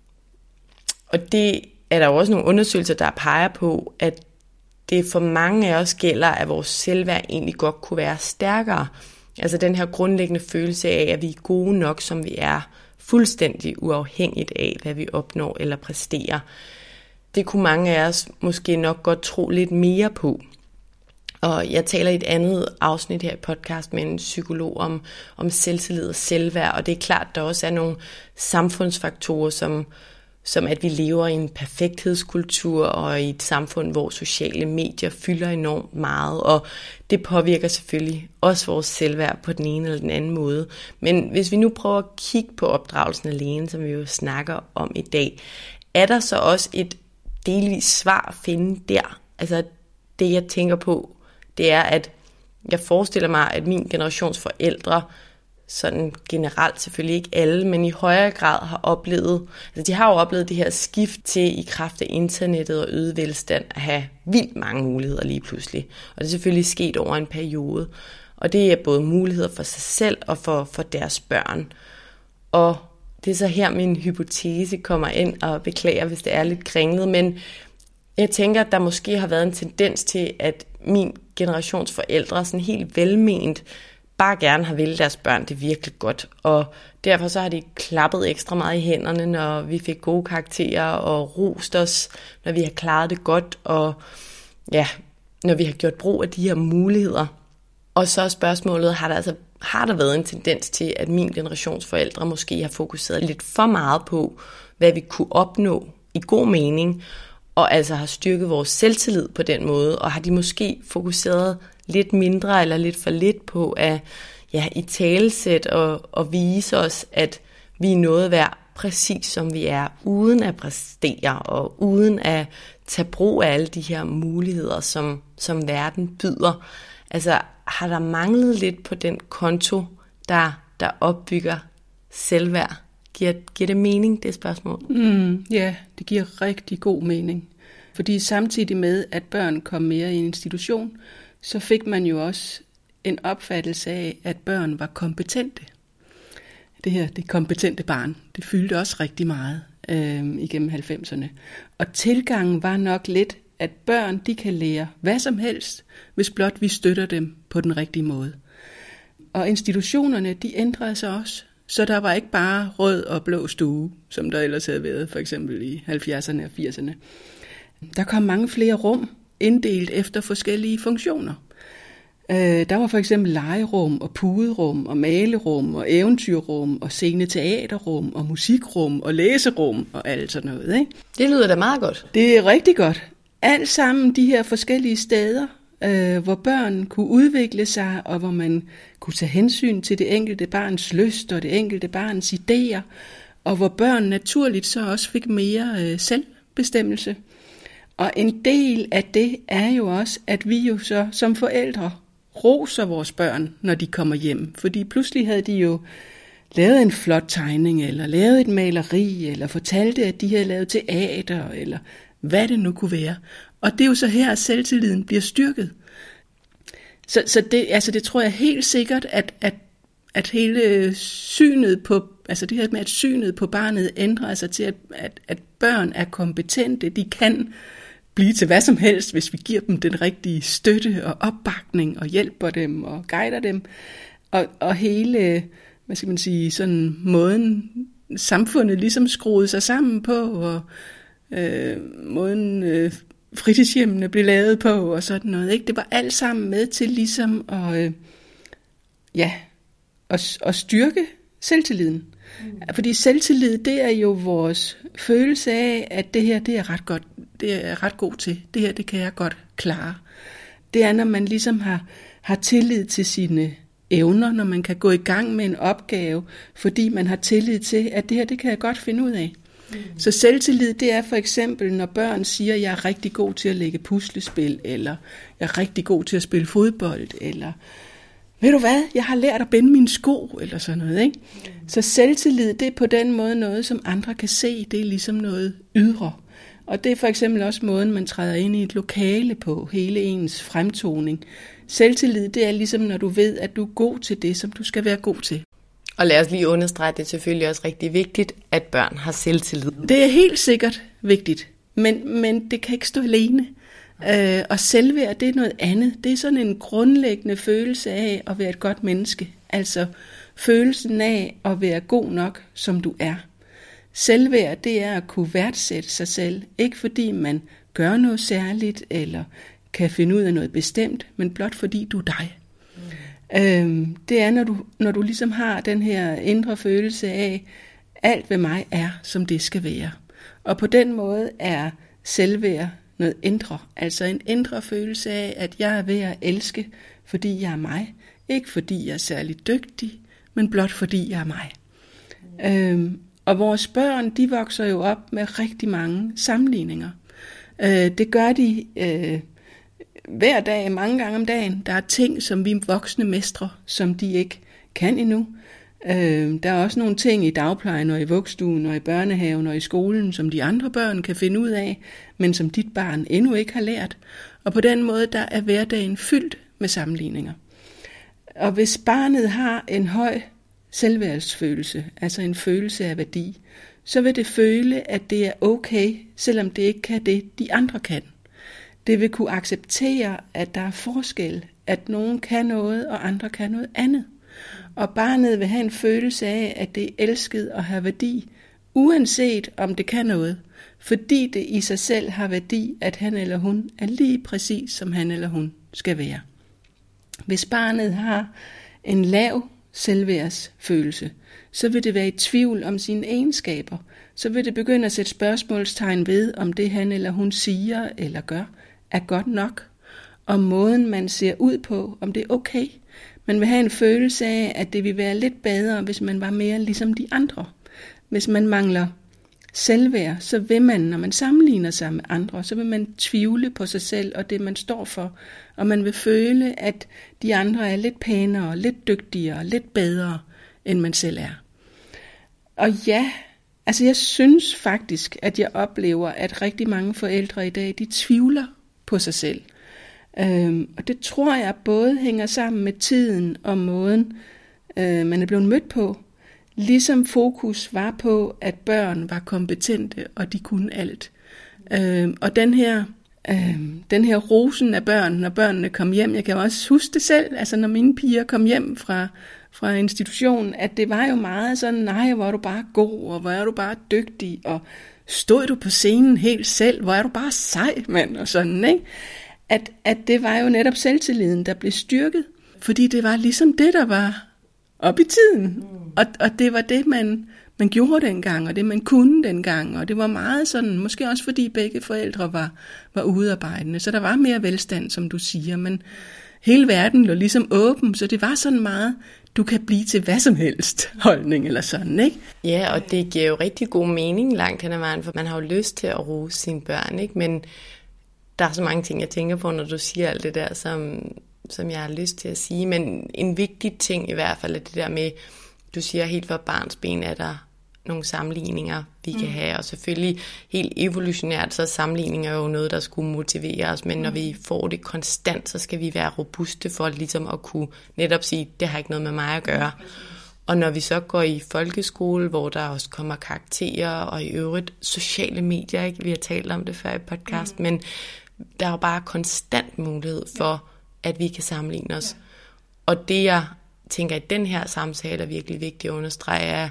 og det er der også nogle undersøgelser, der peger på, at det for mange af os gælder, at vores selvværd egentlig godt kunne være stærkere. Altså den her grundlæggende følelse af, at vi er gode nok, som vi er, fuldstændig uafhængigt af, hvad vi opnår eller præsterer. Det kunne mange af os måske nok godt tro lidt mere på. Og jeg taler i et andet afsnit her i podcast med en psykolog om, om selvtillid og selvværd, og det er klart, at der også er nogle samfundsfaktorer, som, som at vi lever i en perfekthedskultur og i et samfund, hvor sociale medier fylder enormt meget, og det påvirker selvfølgelig også vores selvværd på den ene eller den anden måde. Men hvis vi nu prøver at kigge på opdragelsen alene, som vi jo snakker om i dag, er der så også et delvis svar at finde der? Altså det jeg tænker på, det er, at jeg forestiller mig, at min generations forældre, sådan generelt selvfølgelig ikke alle, men i højere grad har oplevet, altså de har jo oplevet det her skift til i kraft af internettet og øget velstand at have vildt mange muligheder lige pludselig. Og det er selvfølgelig sket over en periode. Og det er både muligheder for sig selv og for, for deres børn. Og det er så her min hypotese kommer ind, og beklager, hvis det er lidt kringlet, men jeg tænker, at der måske har været en tendens til, at min generations forældre sådan helt velment bare gerne har ville deres børn det virkelig godt, og derfor så har de klappet ekstra meget i hænderne, når vi fik gode karakterer, og rost os, når vi har klaret det godt, og ja, når vi har gjort brug af de her muligheder. Og så er spørgsmålet, har der, altså, har der været en tendens til, at min generations forældre måske har fokuseret lidt for meget på, hvad vi kunne opnå i god mening, og altså har styrket vores selvtillid på den måde, og har de måske fokuseret lidt mindre eller lidt for lidt på at ja, i talesæt og, og vise os, at vi er noget værd præcis som vi er, uden at præstere og uden at tage brug af alle de her muligheder, som, som verden byder. Altså har der manglet lidt på den konto, der, der opbygger selvværd? Giver, giver det mening, det spørgsmål? Mm, ja, det giver rigtig god mening. Fordi samtidig med, at børn kom mere i en institution, så fik man jo også en opfattelse af, at børn var kompetente. Det her, det kompetente barn, det fyldte også rigtig meget øh, igennem halvfemserne. Og tilgangen var nok lidt, at børn de kan lære hvad som helst, hvis blot vi støtter dem på den rigtige måde. Og institutionerne, de ændrede sig også. Så der var ikke bare rød og blå stue, som der ellers havde været, for eksempel i halvfjerdserne og firserne. Der kom mange flere rum, inddelt efter forskellige funktioner. Der var for eksempel legerum og puderum og malerum og eventyrrum og sceneteaterrum og musikrum og læserum og alt sådan noget. Ikke? Det lyder da meget godt. Det er rigtig godt. Alt sammen de her forskellige steder, øh, hvor børn kunne udvikle sig, og hvor man kunne tage hensyn til det enkelte barns lyst og det enkelte barns idéer, og hvor børn naturligt så også fik mere øh, selvbestemmelse. Og en del af det er jo også, at vi jo så som forældre roser vores børn, når de kommer hjem. Fordi pludselig havde de jo lavet en flot tegning, eller lavet et maleri, eller fortalte, at de havde lavet teater, eller hvad det nu kunne være. Og det er jo så her, at selvtilliden bliver styrket. Så, så det, altså det tror jeg helt sikkert, at, at, at hele synet på, altså det her med, at synet på barnet ændrer sig til, at, at, at børn er kompetente, de kan blive til hvad som helst, hvis vi giver dem den rigtige støtte og opbakning og hjælper dem og guider dem. Og, og hele, hvad skal man sige, sådan måden samfundet ligesom skruede sig sammen på, og øh, måden øh, fritidshjemmene blev lavet på og sådan noget. Ikke? Det var alt sammen med til ligesom at, øh, ja, at, at styrke selvtilliden. Mm. Fordi selvtillid, det er jo vores følelse af, at det her, det er ret godt, det er jeg ret god til. Det her, det kan jeg godt klare. Det er, når man ligesom har, har tillid til sine evner, når man kan gå i gang med en opgave, fordi man har tillid til, at det her, det kan jeg godt finde ud af. Mm. Så selvtillid, det er for eksempel, når børn siger, at jeg er rigtig god til at lægge puslespil, eller jeg er rigtig god til at spille fodbold, eller ved du hvad, jeg har lært at binde mine sko, eller sådan noget. Ikke? Mm. Så selvtillid, det er på den måde noget, som andre kan se. Det er ligesom noget ydre. Og det er for eksempel også måden, man træder ind i et lokale på, hele ens fremtoning. Selvtillid, det er ligesom, når du ved, at du er god til det, som du skal være god til. Og lad os lige understrege, det er selvfølgelig også rigtig vigtigt, at børn har selvtillid. Det er helt sikkert vigtigt, men, men det kan ikke stå alene. Øh, og selvværd, det er noget andet. Det er sådan en grundlæggende følelse af at være et godt menneske. Altså følelsen af at være god nok, som du er. Selvværd, det er at kunne værdsætte sig selv. Ikke fordi man gør noget særligt, eller kan finde ud af noget bestemt, men blot fordi du er dig. Mm. Øhm, det er, når du, når du ligesom har den her indre følelse af, alt ved mig er, som det skal være. Og på den måde er selvværd noget indre. Altså en indre følelse af, at jeg er ved at elske, fordi jeg er mig. Ikke fordi jeg er særlig dygtig, men blot fordi jeg er mig. Mm. Øhm, Og vores børn, de vokser jo op med rigtig mange sammenligninger. Øh, det gør de øh, hver dag, mange gange om dagen. Der er ting, som vi voksne mestre, som de ikke kan endnu. Øh, der er også nogle ting i dagplejen og i vuggestuen og i børnehaven og i skolen, som de andre børn kan finde ud af, men som dit barn endnu ikke har lært. Og på den måde, der er hverdagen fyldt med sammenligninger. Og hvis barnet har en høj selvværdsfølelse, altså en følelse af værdi, så vil det føle, at det er okay, selvom det ikke kan det, de andre kan. Det vil kunne acceptere, at der er forskel, at nogen kan noget, og andre kan noget andet. Og barnet vil have en følelse af, at det er elsket og har værdi, uanset om det kan noget, fordi det i sig selv har værdi, at han eller hun er lige præcis, som han eller hun skal være. Hvis barnet har en lav selvværdsfølelse, så vil det være i tvivl om sine egenskaber. Så vil det begynde at sætte spørgsmålstegn ved, om det han eller hun siger eller gør, er godt nok. Om måden man ser ud på, om det er okay. Man vil have en følelse af, at det vil være lidt bedre, hvis man var mere ligesom de andre. Hvis man mangler selvværd, så vil man, når man sammenligner sig med andre, så vil man tvivle på sig selv og det, man står for. Og man vil føle, at de andre er lidt pænere, lidt dygtigere, lidt bedre, end man selv er. Og ja, altså jeg synes faktisk, at jeg oplever, at rigtig mange forældre i dag, de tvivler på sig selv. Øhm, og det tror jeg både hænger sammen med tiden og måden, øh, man er blevet mødt på. Ligesom fokus var på, at børn var kompetente, og de kunne alt. Øhm, og den her, øhm, den her rosen af børn, når børnene kom hjem, jeg kan også huske det selv, altså når mine piger kom hjem fra, fra institutionen, at det var jo meget sådan, nej, hvor er du bare god, og hvor er du bare dygtig, og stod du på scenen helt selv, hvor er du bare sej, mand, og sådan, ikke? At, at det var jo netop selvtilliden, der blev styrket, fordi det var ligesom det, der var op i tiden. Mm. Og, og det var det, man, man gjorde dengang, og det man kunne dengang, og det var meget sådan, måske også fordi begge forældre var, var udarbejdende, så der var mere velstand, som du siger, men hele verden lå ligesom åben, så det var sådan meget, du kan blive til hvad som helst holdning eller sådan, ikke? Ja, og det giver jo rigtig god mening langt hen ad vejen, for man har jo lyst til at rose sine børn, ikke? Men der er så mange ting, jeg tænker på, når du siger alt det der, som, som jeg har lyst til at sige. Men en vigtig ting i hvert fald er det der med, du siger helt fra barnsben, er der nogle sammenligninger, vi mm. kan have. Og selvfølgelig helt evolutionært, så er sammenligninger jo noget, der skulle motivere os. Men mm. når vi får det konstant, så skal vi være robuste for ligesom at kunne netop sige, det har ikke noget med mig at gøre. Mm. Og når vi så går i folkeskole, hvor der også kommer karakterer, og i øvrigt sociale medier, ikke? Vi har talt om det før i podcast, mm. men der er jo bare konstant mulighed for, at vi kan sammenligne os. Ja. Og det, jeg tænker i den her samtale er virkelig vigtigt at understrege, er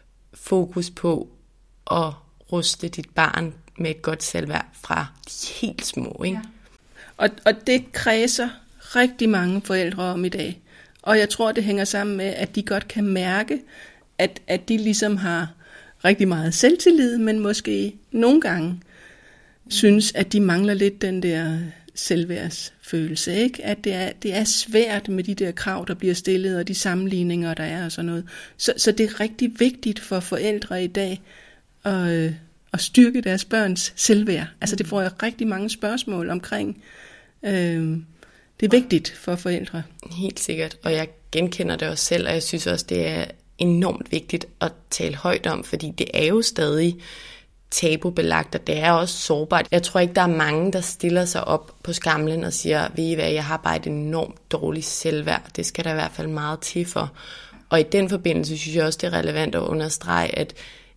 fokus på at ruste dit barn med et godt selvværd fra de helt små. Ikke? Ja. Og, og det kredser rigtig mange forældre om i dag. Og jeg tror, det hænger sammen med, at de godt kan mærke, at, at de ligesom har rigtig meget selvtillid, men måske nogle gange synes, at de mangler lidt den der selvværdsfølelse, ikke? At det er, det er svært med de der krav, der bliver stillet, og de sammenligninger, der er og sådan noget. Så, så det er rigtig vigtigt for forældre i dag at, øh, at styrke deres børns selvværd. Altså det får jeg rigtig mange spørgsmål omkring. Øh, det er vigtigt for forældre. Helt sikkert, og jeg genkender det også selv, og jeg synes også, det er enormt vigtigt at tale højt om, fordi det er jo stadig tabubelagt, og det er også sårbart. Jeg tror ikke, der er mange, der stiller sig op på skamlen og siger, ved I hvad, jeg har bare et enormt dårligt selvværd. Det skal der i hvert fald meget til for. Og i den forbindelse synes jeg også, det er relevant at understrege, at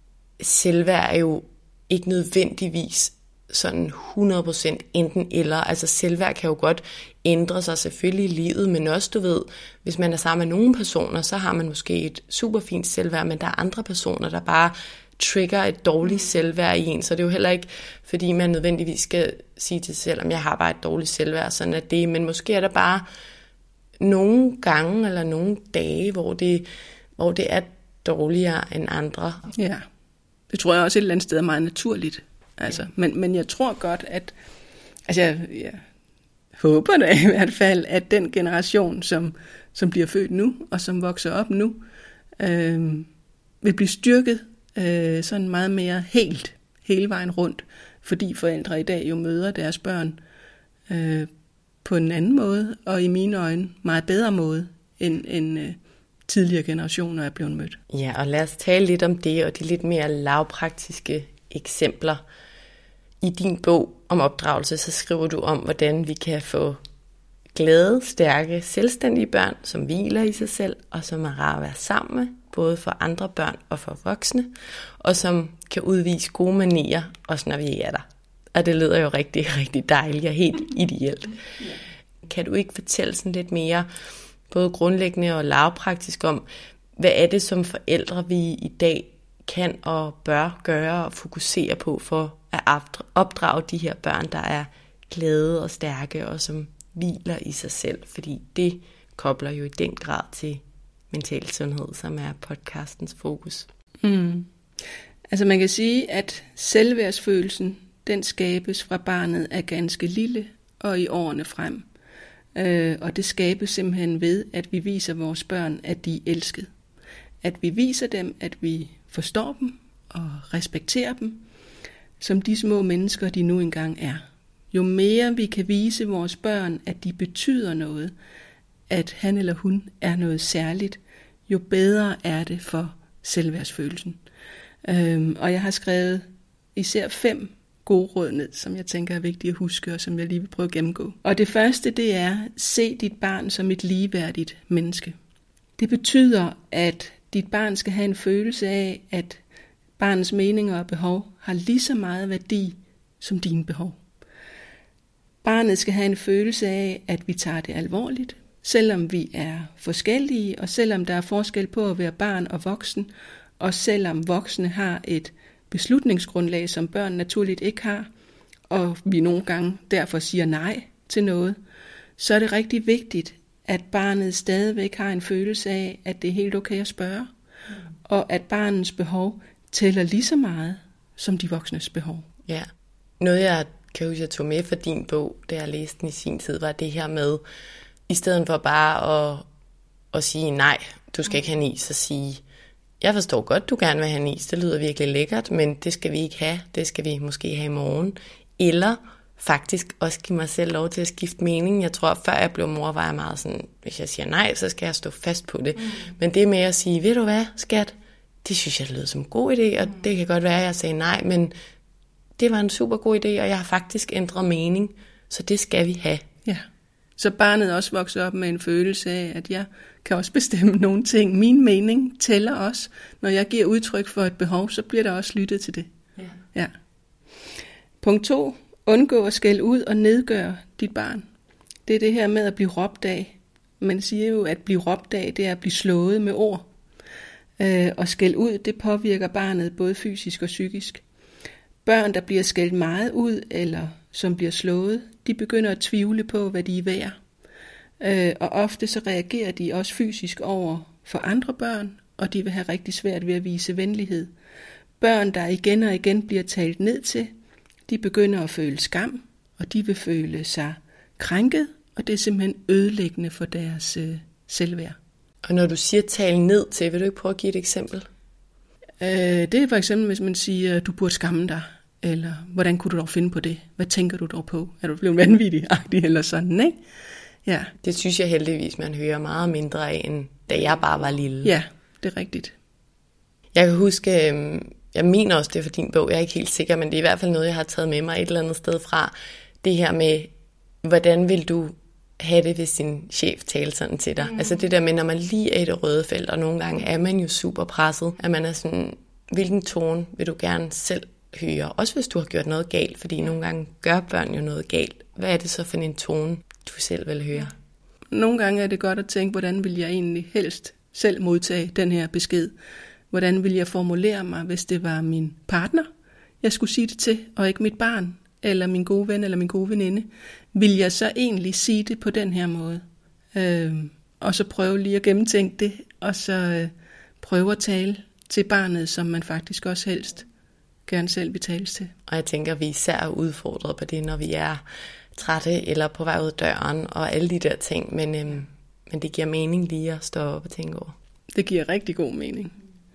selvværd er jo ikke nødvendigvis sådan hundrede procent enten eller. Altså selvværd kan jo godt ændre sig selvfølgelig i livet, men også du ved, hvis man er sammen med nogle personer, så har man måske et super fint selvværd, men der er andre personer, der bare trigger et dårligt selvværd i en, så det er jo heller ikke, fordi man nødvendigvis skal sige til sig selv, om jeg har bare et dårligt selvværd, sådan at det, men måske er der bare nogle gange, eller nogle dage, hvor det, hvor det er dårligere end andre. Ja, det tror jeg også et eller andet sted er meget naturligt. Altså, ja. men, men jeg tror godt, at altså jeg, jeg håber da i hvert fald, at den generation, som, som bliver født nu, og som vokser op nu, øh, vil blive styrket øh, sådan meget mere helt, hele vejen rundt, fordi forældre i dag jo møder deres børn øh, på en anden måde, og i mine øjne meget bedre måde, end, end øh, tidligere generationer er blevet mødt. Ja, og lad os tale lidt om det, og de lidt mere lavpraktiske eksempler. I din bog om opdragelse, så skriver du om, hvordan vi kan få glade, stærke, selvstændige børn, som hviler i sig selv, og som er rare at være sammen med, både for andre børn og for voksne, og som kan udvise gode manerer, også når vi er der. Og det lyder jo rigtig, rigtig dejligt og helt ideelt. Kan du ikke fortælle sådan lidt mere, både grundlæggende og lavpraktisk om, hvad er det som forældre, vi i dag kan og bør gøre og fokusere på for at opdrage de her børn, der er glade og stærke og som hviler i sig selv? Fordi det kobler jo i den grad til mental sundhed, som er podcastens fokus. Mm. Altså man kan sige, at selvværdsfølelsen, den skabes fra barnet er ganske lille og i årene frem. Øh, og det skabes simpelthen ved, at vi viser vores børn, at de er elsket. At vi viser dem, at vi forstår dem og respekterer dem, som de små mennesker, de nu engang er. Jo mere vi kan vise vores børn, at de betyder noget, at han eller hun er noget særligt, jo bedre er det for selvværdsfølelsen. Øhm, og jeg har skrevet især fem gode råd ned, som jeg tænker er vigtige at huske, og som jeg lige vil prøve at gennemgå. Og det første, det er, se dit barn som et ligeværdigt menneske. Det betyder, at dit barn skal have en følelse af, at barnets meninger og behov har lige så meget værdi som dine behov. Barnet skal have en følelse af, at vi tager det alvorligt, selvom vi er forskellige, og selvom der er forskel på at være barn og voksen, og selvom voksne har et beslutningsgrundlag, som børn naturligt ikke har, og vi nogle gange derfor siger nej til noget, så er det rigtig vigtigt, at barnet stadigvæk har en følelse af, at det er helt okay at spørge, mm. og at barnets behov tæller lige så meget som de voksnes behov. Ja, noget jeg kan huske, jeg tog med for din bog, da jeg læste den i sin tid, var det her med, i stedet for bare at, at sige nej, du skal ikke have en is, så sige, jeg forstår godt, du gerne vil have en is, det lyder virkelig lækkert, men det skal vi ikke have, det skal vi måske have i morgen. Eller faktisk også give mig selv lov til at skifte mening. Jeg tror, før jeg blev mor, var jeg meget sådan, hvis jeg siger nej, så skal jeg stå fast på det. Mm. Men det med at sige, ved du hvad, skat, det synes jeg, det lyder som en god idé, og mm. det kan godt være, at jeg sagde nej, men det var en super god idé, og jeg har faktisk ændret mening, så det skal vi have. Ja, så barnet også vokser op med en følelse af, at jeg kan også bestemme nogle ting. Min mening tæller også. Når jeg giver udtryk for et behov, så bliver der også lyttet til det. Ja. Ja. Punkt to. Undgå at skælde ud og nedgøre dit barn. Det er det her med at blive råbt af. Man siger jo, at blive råbt af, det er at blive slået med ord. Øh, og skælde ud, det påvirker barnet både fysisk og psykisk. Børn, der bliver skældt meget ud, eller som bliver slået, de begynder at tvivle på, hvad de er værd. Øh, og ofte så reagerer de også fysisk over for andre børn, og de vil have rigtig svært ved at vise venlighed. Børn, der igen og igen bliver talt ned til, de begynder at føle skam, og de vil føle sig krænket, og det er simpelthen ødelæggende for deres øh, selvværd. Og når du siger tale ned til, vil du ikke prøve at give et eksempel? Øh, det er for eksempel, hvis man siger, du burde skamme dig, eller hvordan kunne du dog finde på det? Hvad tænker du dog på? Er du blevet vanvittig-agtig eller sådan, ikke? Ja. Det synes jeg heldigvis, man hører meget mindre af, end da jeg bare var lille. Ja, det er rigtigt. Jeg kan huske, jeg mener også, det er for din bog, jeg er ikke helt sikker, men det er i hvert fald noget, jeg har taget med mig et eller andet sted fra. Det her med, hvordan vil du have det, hvis din chef taler sådan til dig? Mm. Altså det der med, når man lige er i det røde felt, og nogle gange er man jo super presset, at man er sådan, hvilken tone vil du gerne selv høre? Også hvis du har gjort noget galt, fordi nogle gange gør børn jo noget galt. Hvad er det så for en tone, du selv vil høre? Nogle gange er det godt at tænke, hvordan vil jeg egentlig helst selv modtage den her besked? Hvordan vil jeg formulere mig, hvis det var min partner, jeg skulle sige det til, og ikke mit barn, eller min gode ven, eller min gode veninde? Vil jeg så egentlig sige det på den her måde? Øh, og så prøve lige at gennemtænke det, og så øh, prøve at tale til barnet, som man faktisk også helst gerne selv vil tales til. Og jeg tænker, at vi især er udfordret på det, når vi er trætte eller på vej ud af døren og alle de der ting. Men, øhm, men det giver mening lige at stå op og tænke over. Det giver rigtig god mening.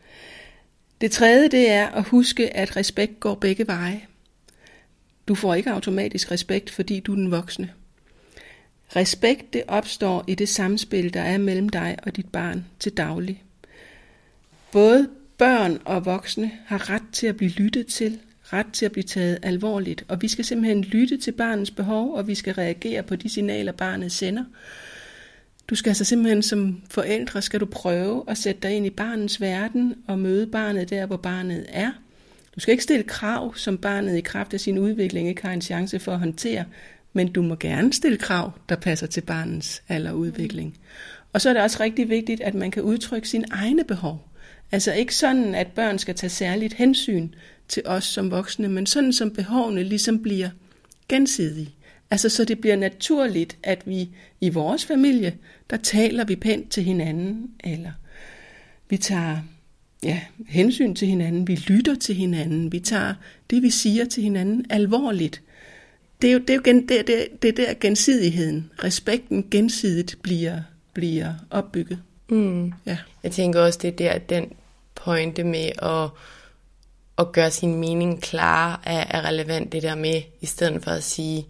Det tredje, det er at huske, at respekt går begge veje. Du får ikke automatisk respekt, fordi du er den voksne. Respekt, det opstår i det samspil, der er mellem dig og dit barn til daglig. Både børn og voksne har ret til at blive lyttet til, ret til at blive taget alvorligt, og vi skal simpelthen lytte til barnets behov, og vi skal reagere på de signaler, barnet sender. Du skal altså simpelthen som forældre, skal du prøve at sætte dig ind i barnets verden og møde barnet der, hvor barnet er, Du skal ikke stille krav, som barnet i kraft af sin udvikling ikke har en chance for at håndtere, men du må gerne stille krav, der passer til barnets alder og udvikling. Og så er det også rigtig vigtigt, at man kan udtrykke sine egne behov. Altså ikke sådan, at børn skal tage særligt hensyn til os som voksne, men sådan som behovene ligesom bliver gensidige. Altså så det bliver naturligt, at vi i vores familie, der taler vi pænt til hinanden, eller vi tager ja, hensyn til hinanden, vi lytter til hinanden, vi tager det, vi siger til hinanden alvorligt. Det er jo, det er jo gen, det, det, det der gensidigheden, respekten gensidigt bliver, bliver opbygget. Mm. Ja. Jeg tænker også, det er der, den pointe med at, at gøre sin mening klar er, er relevant, det der med, i stedet for at sige,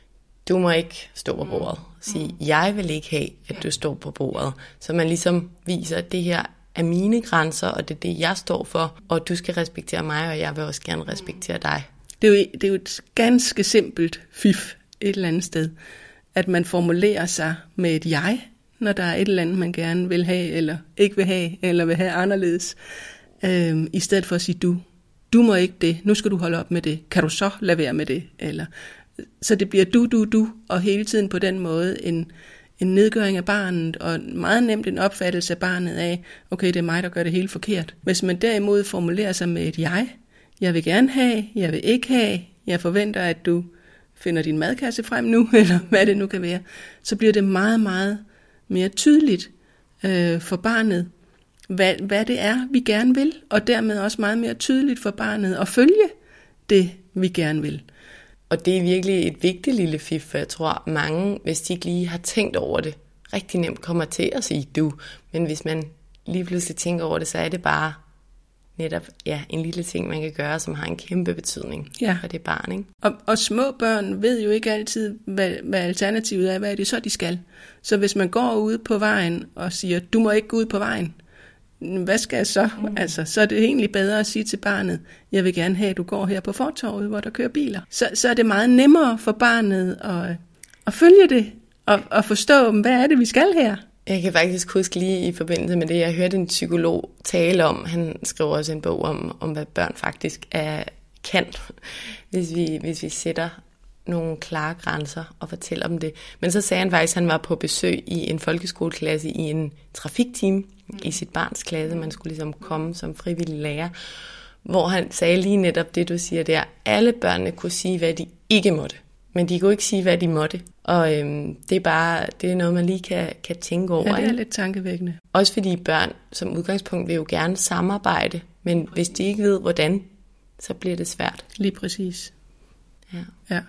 du må ikke stå på bordet. Sige, jeg vil ikke have, at du står på bordet. Så man ligesom viser, at det her er mine grænser, og det er det, jeg står for, og du skal respektere mig, og jeg vil også gerne respektere dig. Det er jo, det er jo et ganske simpelt fif et eller andet sted, at man formulerer sig med et jeg, når der er et eller andet, man gerne vil have, eller ikke vil have, eller vil have anderledes, øhm, i stedet for at sige du. Du må ikke det, nu skal du holde op med det. Kan du så lade være med det? Eller, så det bliver du, du, du, og hele tiden på den måde en, en nedgøring af barnet, og meget nemt en opfattelse af barnet af, okay, det er mig, der gør det hele forkert. Hvis man derimod formulerer sig med et jeg, jeg vil gerne have, jeg vil ikke have, jeg forventer, at du finder din madkasse frem nu, eller hvad det nu kan være, så bliver det meget, meget mere tydeligt øh, for barnet, hvad, hvad det er, vi gerne vil, og dermed også meget mere tydeligt for barnet at følge det, vi gerne vil. Og det er virkelig et vigtigt lille fif, for jeg tror, mange, hvis de ikke lige har tænkt over det, rigtig nemt kommer til at sige du. Men hvis man lige pludselig tænker over det, så er det bare netop ja, en lille ting, man kan gøre, som har en kæmpe betydning ja. for det barn. Ikke? Og, og små børn ved jo ikke altid, hvad, hvad alternativet er, hvad er det så, de skal. Så hvis man går ud på vejen og siger, du må ikke gå ud på vejen, hvad skal jeg så? Mm. Altså, så er det egentlig bedre at sige til barnet, jeg vil gerne have, at du går her på fortorvet, hvor der kører biler. Så, så er det meget nemmere for barnet at, at følge det, og, og forstå, hvad er det, vi skal her? Jeg kan faktisk huske lige i forbindelse med det, jeg hørte en psykolog tale om, han skriver også en bog om, om hvad børn faktisk er, kan, hvis vi, hvis vi sætter nogle klare grænser og fortæller dem det. Men så sagde han faktisk, at han var på besøg i en folkeskoleklasse i en trafikteam i sit barns klasse. Man skulle ligesom komme som frivillig lærer, hvor han sagde lige netop det, du siger der. Alle børnene kunne sige, hvad de ikke måtte, men de kunne ikke sige, hvad de måtte. Og øhm, det er bare det er noget, man lige kan, kan tænke over. Ja, det er ikke? lidt tankevækkende. Også fordi børn som udgangspunkt vil jo gerne samarbejde, men hvis de ikke ved, hvordan, så bliver det svært. Lige præcis. Ja. Ja.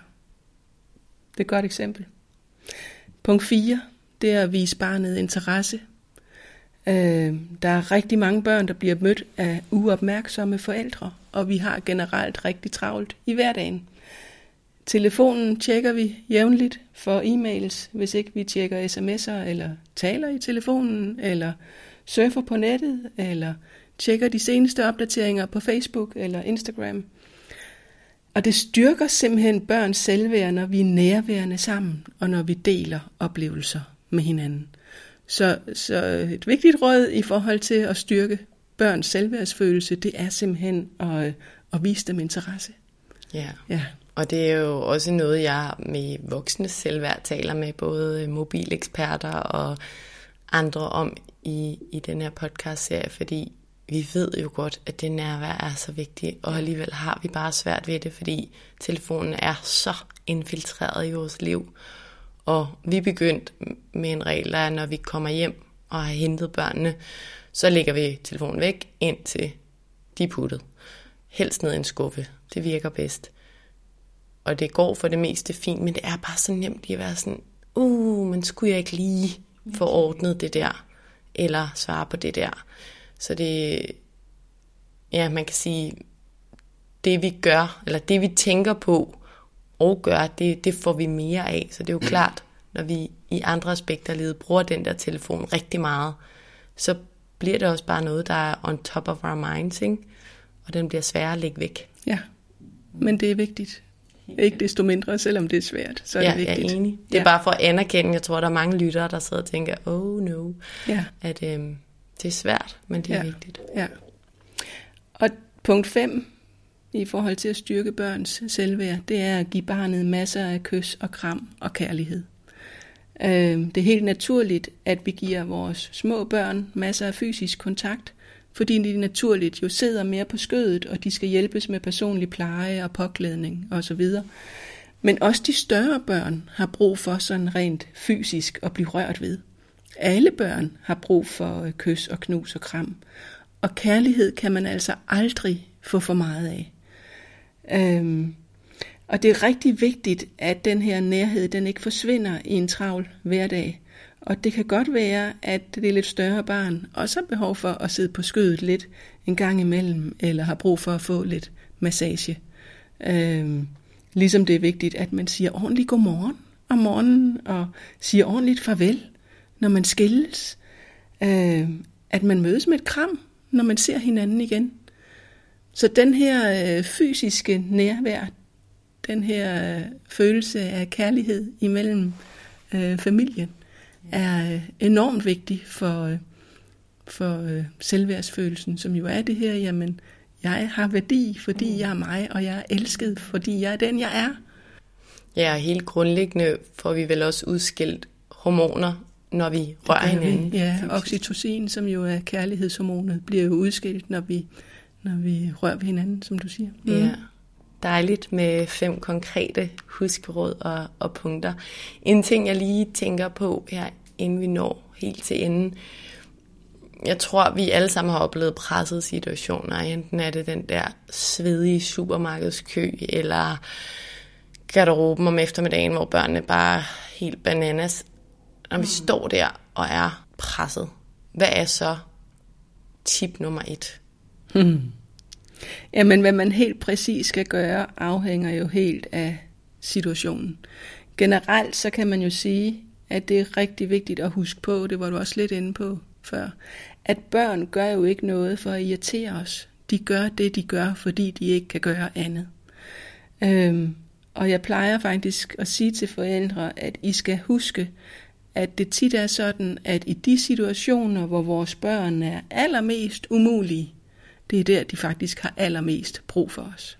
Det er et godt eksempel. Punkt fire, det er at vise barnet interesse. Øh, der er rigtig mange børn, der bliver mødt af uopmærksomme forældre, og vi har generelt rigtig travlt i hverdagen. Telefonen tjekker vi jævnligt for e-mails, hvis ikke vi tjekker sms'er, eller taler i telefonen, eller surfer på nettet, eller tjekker de seneste opdateringer på Facebook eller Instagram. Og det styrker simpelthen børns selvværd, når vi er nærværende sammen, og når vi deler oplevelser med hinanden. Så, så et vigtigt råd i forhold til at styrke børns selvværdsfølelse, det er simpelthen at, at vise dem interesse. Ja. Ja. Og det er jo også noget, jeg med voksnes selvværd taler med både mobileksperter og andre om i, i den her podcast-serie, fordi vi ved jo godt, at det nærvær er så vigtigt, og alligevel har vi bare svært ved det, fordi telefonen er så infiltreret i vores liv. Og vi er begyndt med en regel, at når vi kommer hjem og har hentet børnene, så lægger vi telefonen væk, indtil de er puttet. Helst ned i en skuffe. Det virker bedst. Og det går for det meste fint, men det er bare så nemt lige at være sådan, uh, men skulle jeg ikke lige få ordnet det der, eller svare på det der. Så det, ja, man kan sige, det vi gør, eller det vi tænker på og gør, det, det får vi mere af. Så det er jo klart, når vi i andre aspekter af livet bruger den der telefon rigtig meget, så bliver det også bare noget, der er on top of our minds, ikke? Og den bliver sværere at lægge væk. Ja, men det er vigtigt. Ikke desto mindre, selvom det er svært, så er ja, det vigtigt. Jeg er enig. Det er ja. bare for at anerkende. Jeg tror, der er mange lyttere, der sidder og tænker, oh no, ja. at øhm, det er svært, men det er ja. vigtigt. Ja. Og punkt fem, i forhold til at styrke børns selvværd, det er at give barnet masser af kys og kram og kærlighed. Det er helt naturligt, at vi giver vores små børn masser af fysisk kontakt, fordi de naturligt jo sidder mere på skødet, og de skal hjælpes med personlig pleje og påklædning osv. Men også de større børn har brug for sådan rent fysisk at blive rørt ved. Alle børn har brug for kys og knus og kram. Og kærlighed kan man altså aldrig få for meget af. Øhm, og det er rigtig vigtigt, at den her nærhed, den ikke forsvinder i en travl hverdag. Og det kan godt være, at det er lidt større barn også har behov for at sidde på skødet lidt en gang imellem, eller har brug for at få lidt massage. Øhm, ligesom det er vigtigt, at man siger ordentligt godmorgen om morgenen, og siger ordentligt farvel, når man skilles. Øhm, at man mødes med et kram, når man ser hinanden igen. Så den her øh, fysiske nærvær, den her øh, følelse af kærlighed imellem øh, familien, er øh, enormt vigtig for, øh, for øh, selvværdsfølelsen, som jo er det her, jamen, jeg har værdi, fordi jeg er mig, og jeg er elsket, fordi jeg er den, jeg er. Ja, helt grundlæggende får vi vel også udskilt hormoner, når vi rører hinanden. Ja, oxytocin, som jo er kærlighedshormonet, bliver jo udskilt, når vi, når vi rører ved hinanden, som du siger. Mm. Ja, dejligt med fem konkrete huskeråd og, og punkter. En ting, jeg lige tænker på her, inden vi når helt til enden. Jeg tror, vi alle sammen har oplevet pressede situationer. Enten er det den der svedige supermarkedskø, eller garderoben om eftermiddagen, hvor børnene bare er helt bananas. Når vi står der og er presset, hvad er så tip nummer et? Hmm. Jamen, hvad man helt præcis skal gøre, afhænger jo helt af situationen. Generelt så kan man jo sige, at det er rigtig vigtigt at huske på, det var du også lidt inde på før, at børn gør jo ikke noget for at irritere os. De gør det, de gør, fordi de ikke kan gøre andet. Øhm, og jeg plejer faktisk at sige til forældre, at I skal huske, at det tit er sådan, at i de situationer, hvor vores børn er allermest umulige, det er der, de faktisk har allermest brug for os.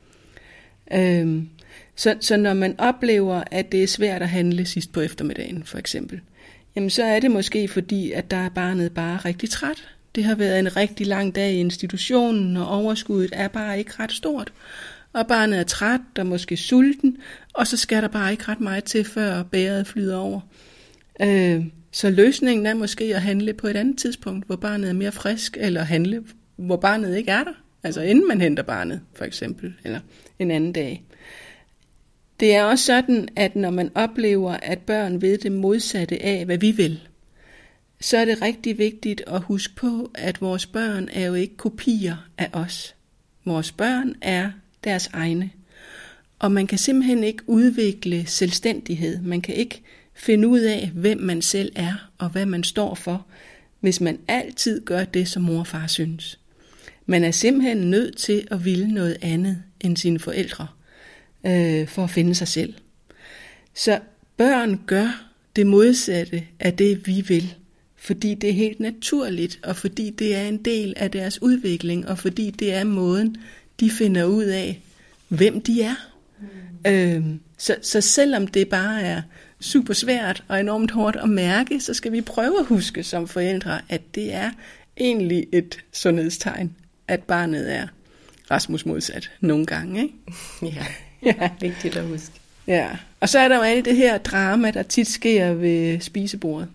Øhm, så, så når man oplever, at det er svært at handle sidst på eftermiddagen, for eksempel, jamen så er det måske fordi, at der er barnet bare rigtig træt. Det har været en rigtig lang dag i institutionen, og overskuddet er bare ikke ret stort. Og barnet er træt og måske sulten, og så skal der bare ikke ret meget til, før bæret flyder over. Øh, så løsningen er måske at handle på et andet tidspunkt, hvor barnet er mere frisk, eller handle, hvor barnet ikke er der. Altså inden man henter barnet, for eksempel, eller en anden dag. Det er også sådan, at når man oplever, at børn ved det modsatte af, hvad vi vil, så er det rigtig vigtigt at huske på, at vores børn er jo ikke kopier af os. Vores børn er deres egne. Og man kan simpelthen ikke udvikle selvstændighed. Man kan ikke finde ud af, hvem man selv er og hvad man står for, hvis man altid gør det, som mor og far synes. Man er simpelthen nødt til at ville noget andet end sine forældre, øh, for at finde sig selv. Så børn gør det modsatte af det, vi vil, fordi det er helt naturligt, og fordi det er en del af deres udvikling, og fordi det er måden, de finder ud af, hvem de er. Mm. Øh, så, så selvom det bare er super svært og enormt hårdt at mærke, så skal vi prøve at huske som forældre, at det er egentlig et sundhedstegn, at barnet er Rasmus modsat nogle gange. Ikke? Ja, ja, vigtigt at huske. Ja, og så er der jo alt det her drama, der tit sker ved spisebordet,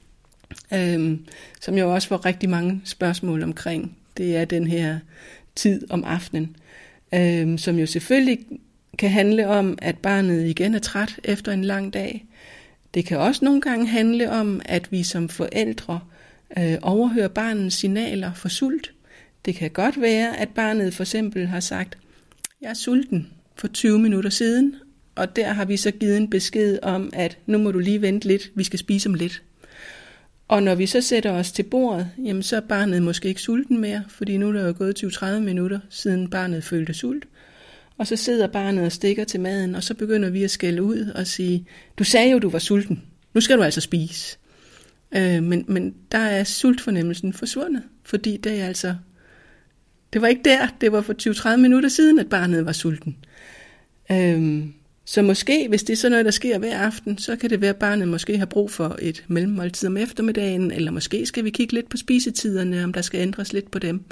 øhm, som jo også får rigtig mange spørgsmål omkring. Det er den her tid om aftenen, øhm, som jo selvfølgelig kan handle om, at barnet igen er træt efter en lang dag. Det kan også nogle gange handle om, at vi som forældre øh, overhører barnets signaler for sult. Det kan godt være, at barnet for eksempel har sagt, jeg er sulten for tyve minutter siden, og der har vi så givet en besked om, at nu må du lige vente lidt, vi skal spise om lidt. Og når vi så sætter os til bordet, jamen så er barnet måske ikke sulten mere, fordi nu er der jo gået tyve til tredive minutter, siden barnet følte sult. Og så sidder barnet og stikker til maden, og så begynder vi at skælde ud og sige, du sagde jo, du var sulten, nu skal du altså spise. Øh, men, men der er sultfornemmelsen forsvundet, fordi det er altså Det var ikke der, det var for tyve til tredive minutter siden, at barnet var sulten. Øhm, så måske, hvis det er sådan noget, der sker hver aften, så kan det være, at barnet måske har brug for et mellemmåltid om eftermiddagen, eller måske skal vi kigge lidt på spisetiderne, om der skal ændres lidt på dem.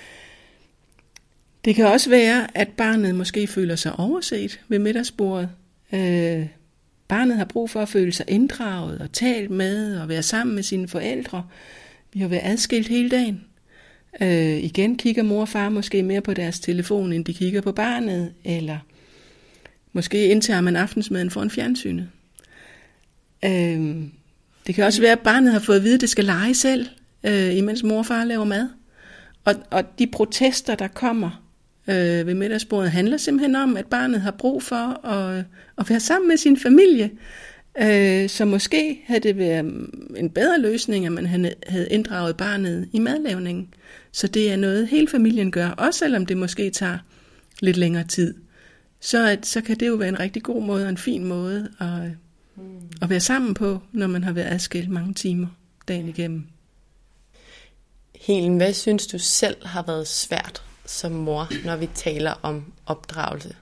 Det kan også være, at barnet måske føler sig overset ved middagsbordet. Øh, barnet har brug for at føle sig inddraget og talt med og være sammen med sine forældre. Vi har været adskilt hele dagen. Øh, igen kigger mor og far måske mere på deres telefon, end de kigger på barnet, eller måske indtager man aftensmaden foran fjernsynet. Øh, det kan også være, at barnet har fået at vide, at det skal lege selv, øh, imens mor og far laver mad. Og, og de protester, der kommer øh, ved middagsbordet, handler simpelthen om, at barnet har brug for at, at være sammen med sin familie. Øh, så måske havde det været en bedre løsning, at man havde inddraget barnet i madlavningen. Så det er noget, hele familien gør, også selvom det måske tager lidt længere tid. Så, at, så kan det jo være en rigtig god måde og en fin måde at, mm. at være sammen på, når man har været adskilt mange timer dagen igennem. Helen, hvad synes du selv har været svært som mor, når vi taler om opdragelse?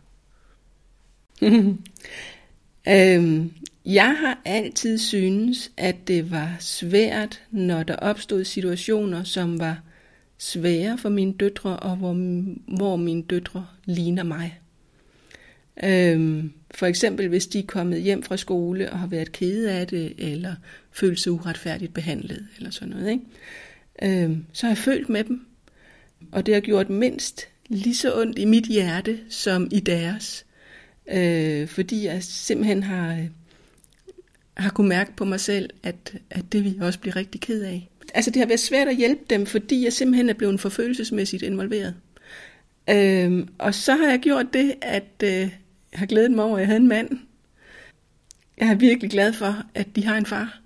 øhm, jeg har altid synes, at det var svært, når der opstod situationer, som var svære for mine døtre, og hvor, hvor mine døtre ligner mig. Øhm, for eksempel hvis de er kommet hjem fra skole og har været kede af det, eller følt sig uretfærdigt behandlet, eller sådan noget, ikke? Øhm, så har jeg følt med dem, og det har gjort mindst lige så ondt i mit hjerte, som i deres. Øh, fordi jeg simpelthen har, har kunnet mærke på mig selv, at, at det vil jeg også blive rigtig ked af. Altså det har været svært at hjælpe dem, fordi jeg simpelthen er blevet for følelsesmæssigt involveret. Øhm, og så har jeg gjort det, at øh, jeg har glædet mig over, at jeg havde en mand. Jeg er virkelig glad for, at de har en far.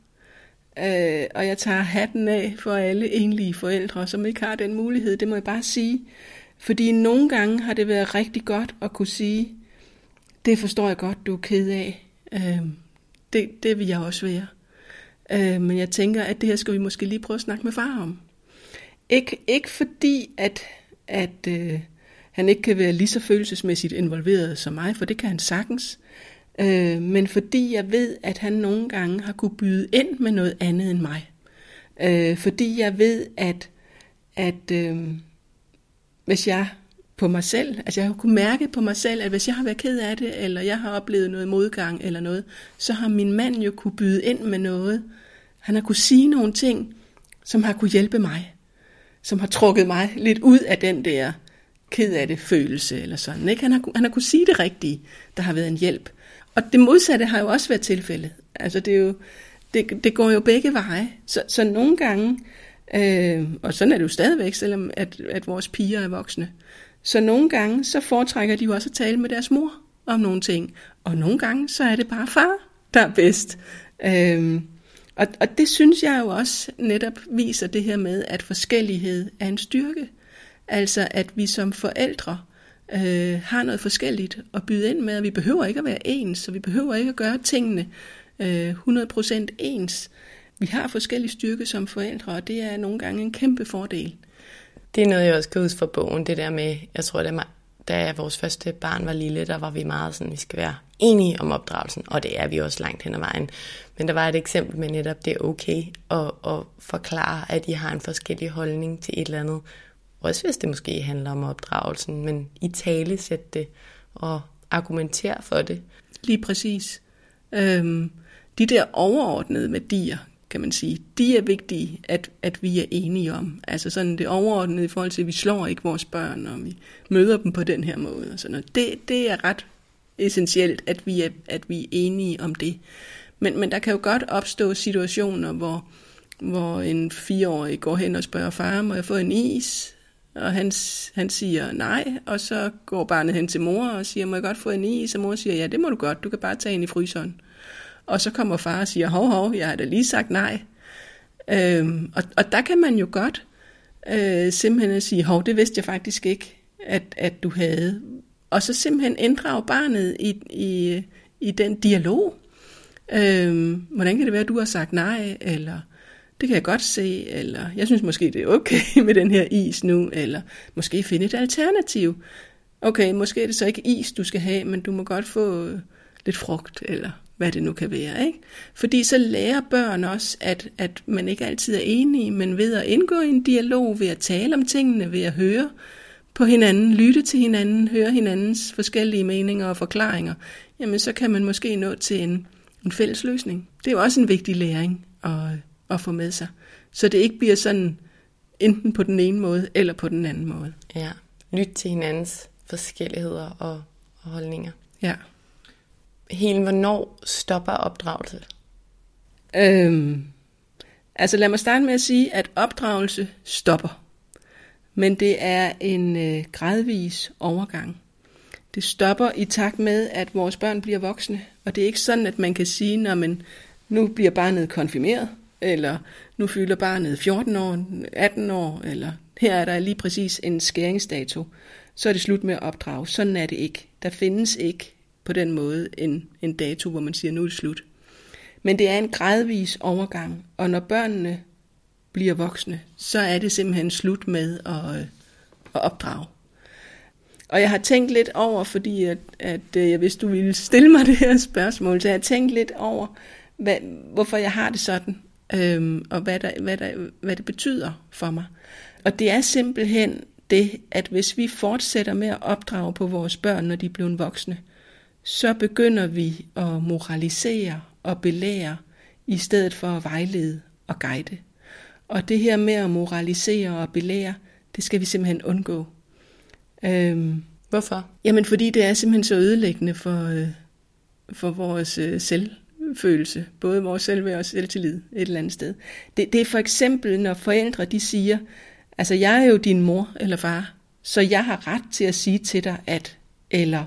Øh, og jeg tager hatten af for alle enlige forældre, som ikke har den mulighed. Det må jeg bare sige. Fordi nogle gange har det været rigtig godt at kunne sige, det forstår jeg godt, du er ked af. Øh, det, det vil jeg også være. Øh, men jeg tænker, at det her skal vi måske lige prøve at snakke med far om. Ik, ikke fordi, at, at øh, han ikke kan være lige så følelsesmæssigt involveret som mig, for det kan han sagtens. Øh, men fordi jeg ved, at han nogle gange har kunne byde ind med noget andet end mig. Øh, fordi jeg ved, at, at øh, hvis jeg på mig selv, altså jeg har kunnet mærke på mig selv, at hvis jeg har været ked af det, eller jeg har oplevet noget modgang eller noget, så har min mand jo kunne byde ind med noget. Han har kunne sige nogle ting, som har kunne hjælpe mig, som har trukket mig lidt ud af den der ked af det følelse eller sådan. Ikke? Han har, han har kunne sige det rigtige, der har været en hjælp. Og det modsatte har jo også været tilfældet. Altså det, er jo, det, det går jo begge veje. Så, så nogle gange, øh, og sådan er det jo stadigvæk, selvom at, at vores piger er voksne, så nogle gange, så foretrækker de jo også at tale med deres mor om nogle ting. Og nogle gange, så er det bare far, der er bedst. Øh, og, og det synes jeg jo også netop viser det her med, at forskellighed er en styrke. Altså at vi som forældre øh, har noget forskelligt at byde ind med, og vi behøver ikke at være ens, så vi behøver ikke at gøre tingene øh, hundrede procent ens. Vi har forskellige styrke som forældre, og det er nogle gange en kæmpe fordel. Det er noget, jeg også kan huske fra bogen, det der med, jeg tror, det er, da vores første barn var lille, der var vi meget sådan, vi skal være enige om opdragelsen, og det er vi også langt hen ad vejen. Men der var et eksempel med netop, det er okay at, at forklare, at I har en forskellig holdning til et eller andet. Også hvis det måske handler om opdragelsen, men i tale sætte det og argumentere for det. Lige præcis. Øhm, de der overordnede værdier, kan man sige, de er vigtige, at, at vi er enige om. Altså sådan det overordnede i forhold til, at vi slår ikke vores børn, og vi møder dem på den her måde. Og sådan noget. Det, det er ret essentielt, at vi er, at vi er enige om det. Men, men der kan jo godt opstå situationer, hvor, hvor en fireårig går hen og spørger far, må jeg få en is? Og han, han siger nej, og så går barnet hen til mor og siger, må jeg godt få en is? Og mor siger, ja, det må du godt, du kan bare tage en i fryseren. Og så kommer far og siger, hov, hov, jeg har da lige sagt nej. Øhm, og, og der kan man jo godt øh, simpelthen sige, hov, det vidste jeg faktisk ikke, at, at du havde. Og så simpelthen inddrage barnet i, i, i den dialog. Øhm, hvordan kan det være, at du har sagt nej, eller det kan jeg godt se, eller jeg synes måske, det er okay med den her is nu, eller måske finde et alternativ. Okay, måske er det så ikke is, du skal have, men du må godt få lidt frugt, eller hvad det nu kan være, ikke? Fordi så lærer børn også, at, at man ikke altid er enige, men ved at indgå i en dialog, ved at tale om tingene, ved at høre på hinanden, lytte til hinanden, høre hinandens forskellige meninger og forklaringer, jamen så kan man måske nå til en, en fælles løsning. Det er jo også en vigtig læring at, at få med sig. Så det ikke bliver sådan enten på den ene måde, eller på den anden måde. Ja, lyt til hinandens forskelligheder og, og holdninger. Ja. Helen, hvornår stopper opdragelse? Øhm, altså lad mig starte med at sige, at opdragelse stopper. Men det er en øh, gradvis overgang. Det stopper i takt med, at vores børn bliver voksne. Og det er ikke sådan, at man kan sige, når man nu bliver barnet konfirmeret, eller nu fylder barnet fjorten år, atten år, eller her er der lige præcis en skæringsdato. Så er det slut med at opdrage. Sådan er det ikke. Der findes ikke på den måde en, en dato, hvor man siger, nu er det slut. Men det er en gradvis overgang, og når børnene bliver voksne, så er det simpelthen slut med at, at opdrage. Og jeg har tænkt lidt over, fordi at, at jeg vidste, du ville stille mig det her spørgsmål, så jeg har tænkt lidt over, hvad, hvorfor jeg har det sådan, øhm, og hvad, der, hvad, der, hvad det betyder for mig. Og det er simpelthen det, at hvis vi fortsætter med at opdrage på vores børn, når de er blevet voksne, så begynder vi at moralisere og belære, i stedet for at vejlede og guide. Og det her med at moralisere og belære, det skal vi simpelthen undgå. Øhm, Hvorfor? Jamen fordi det er simpelthen så ødelæggende for, øh, for vores øh, selvfølelse, både vores selvværd og selvtillid et eller andet sted. Det, det er for eksempel, når forældre de siger, altså jeg er jo din mor eller far, så jeg har ret til at sige til dig, at, eller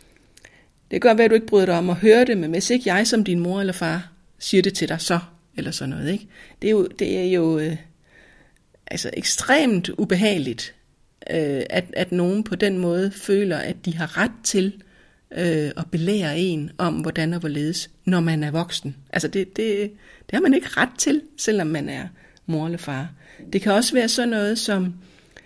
det kan godt være, at du ikke bryder dig om at høre det, men hvis ikke jeg som din mor eller far siger det til dig, så, eller sådan noget, ikke? Det er jo, det er jo øh, altså ekstremt ubehageligt, øh, at, at nogen på den måde føler, at de har ret til øh, at belære en om, hvordan og hvorledes, når man er voksen. Altså det, det, det har man ikke ret til, selvom man er mor eller far. Det kan også være sådan noget som,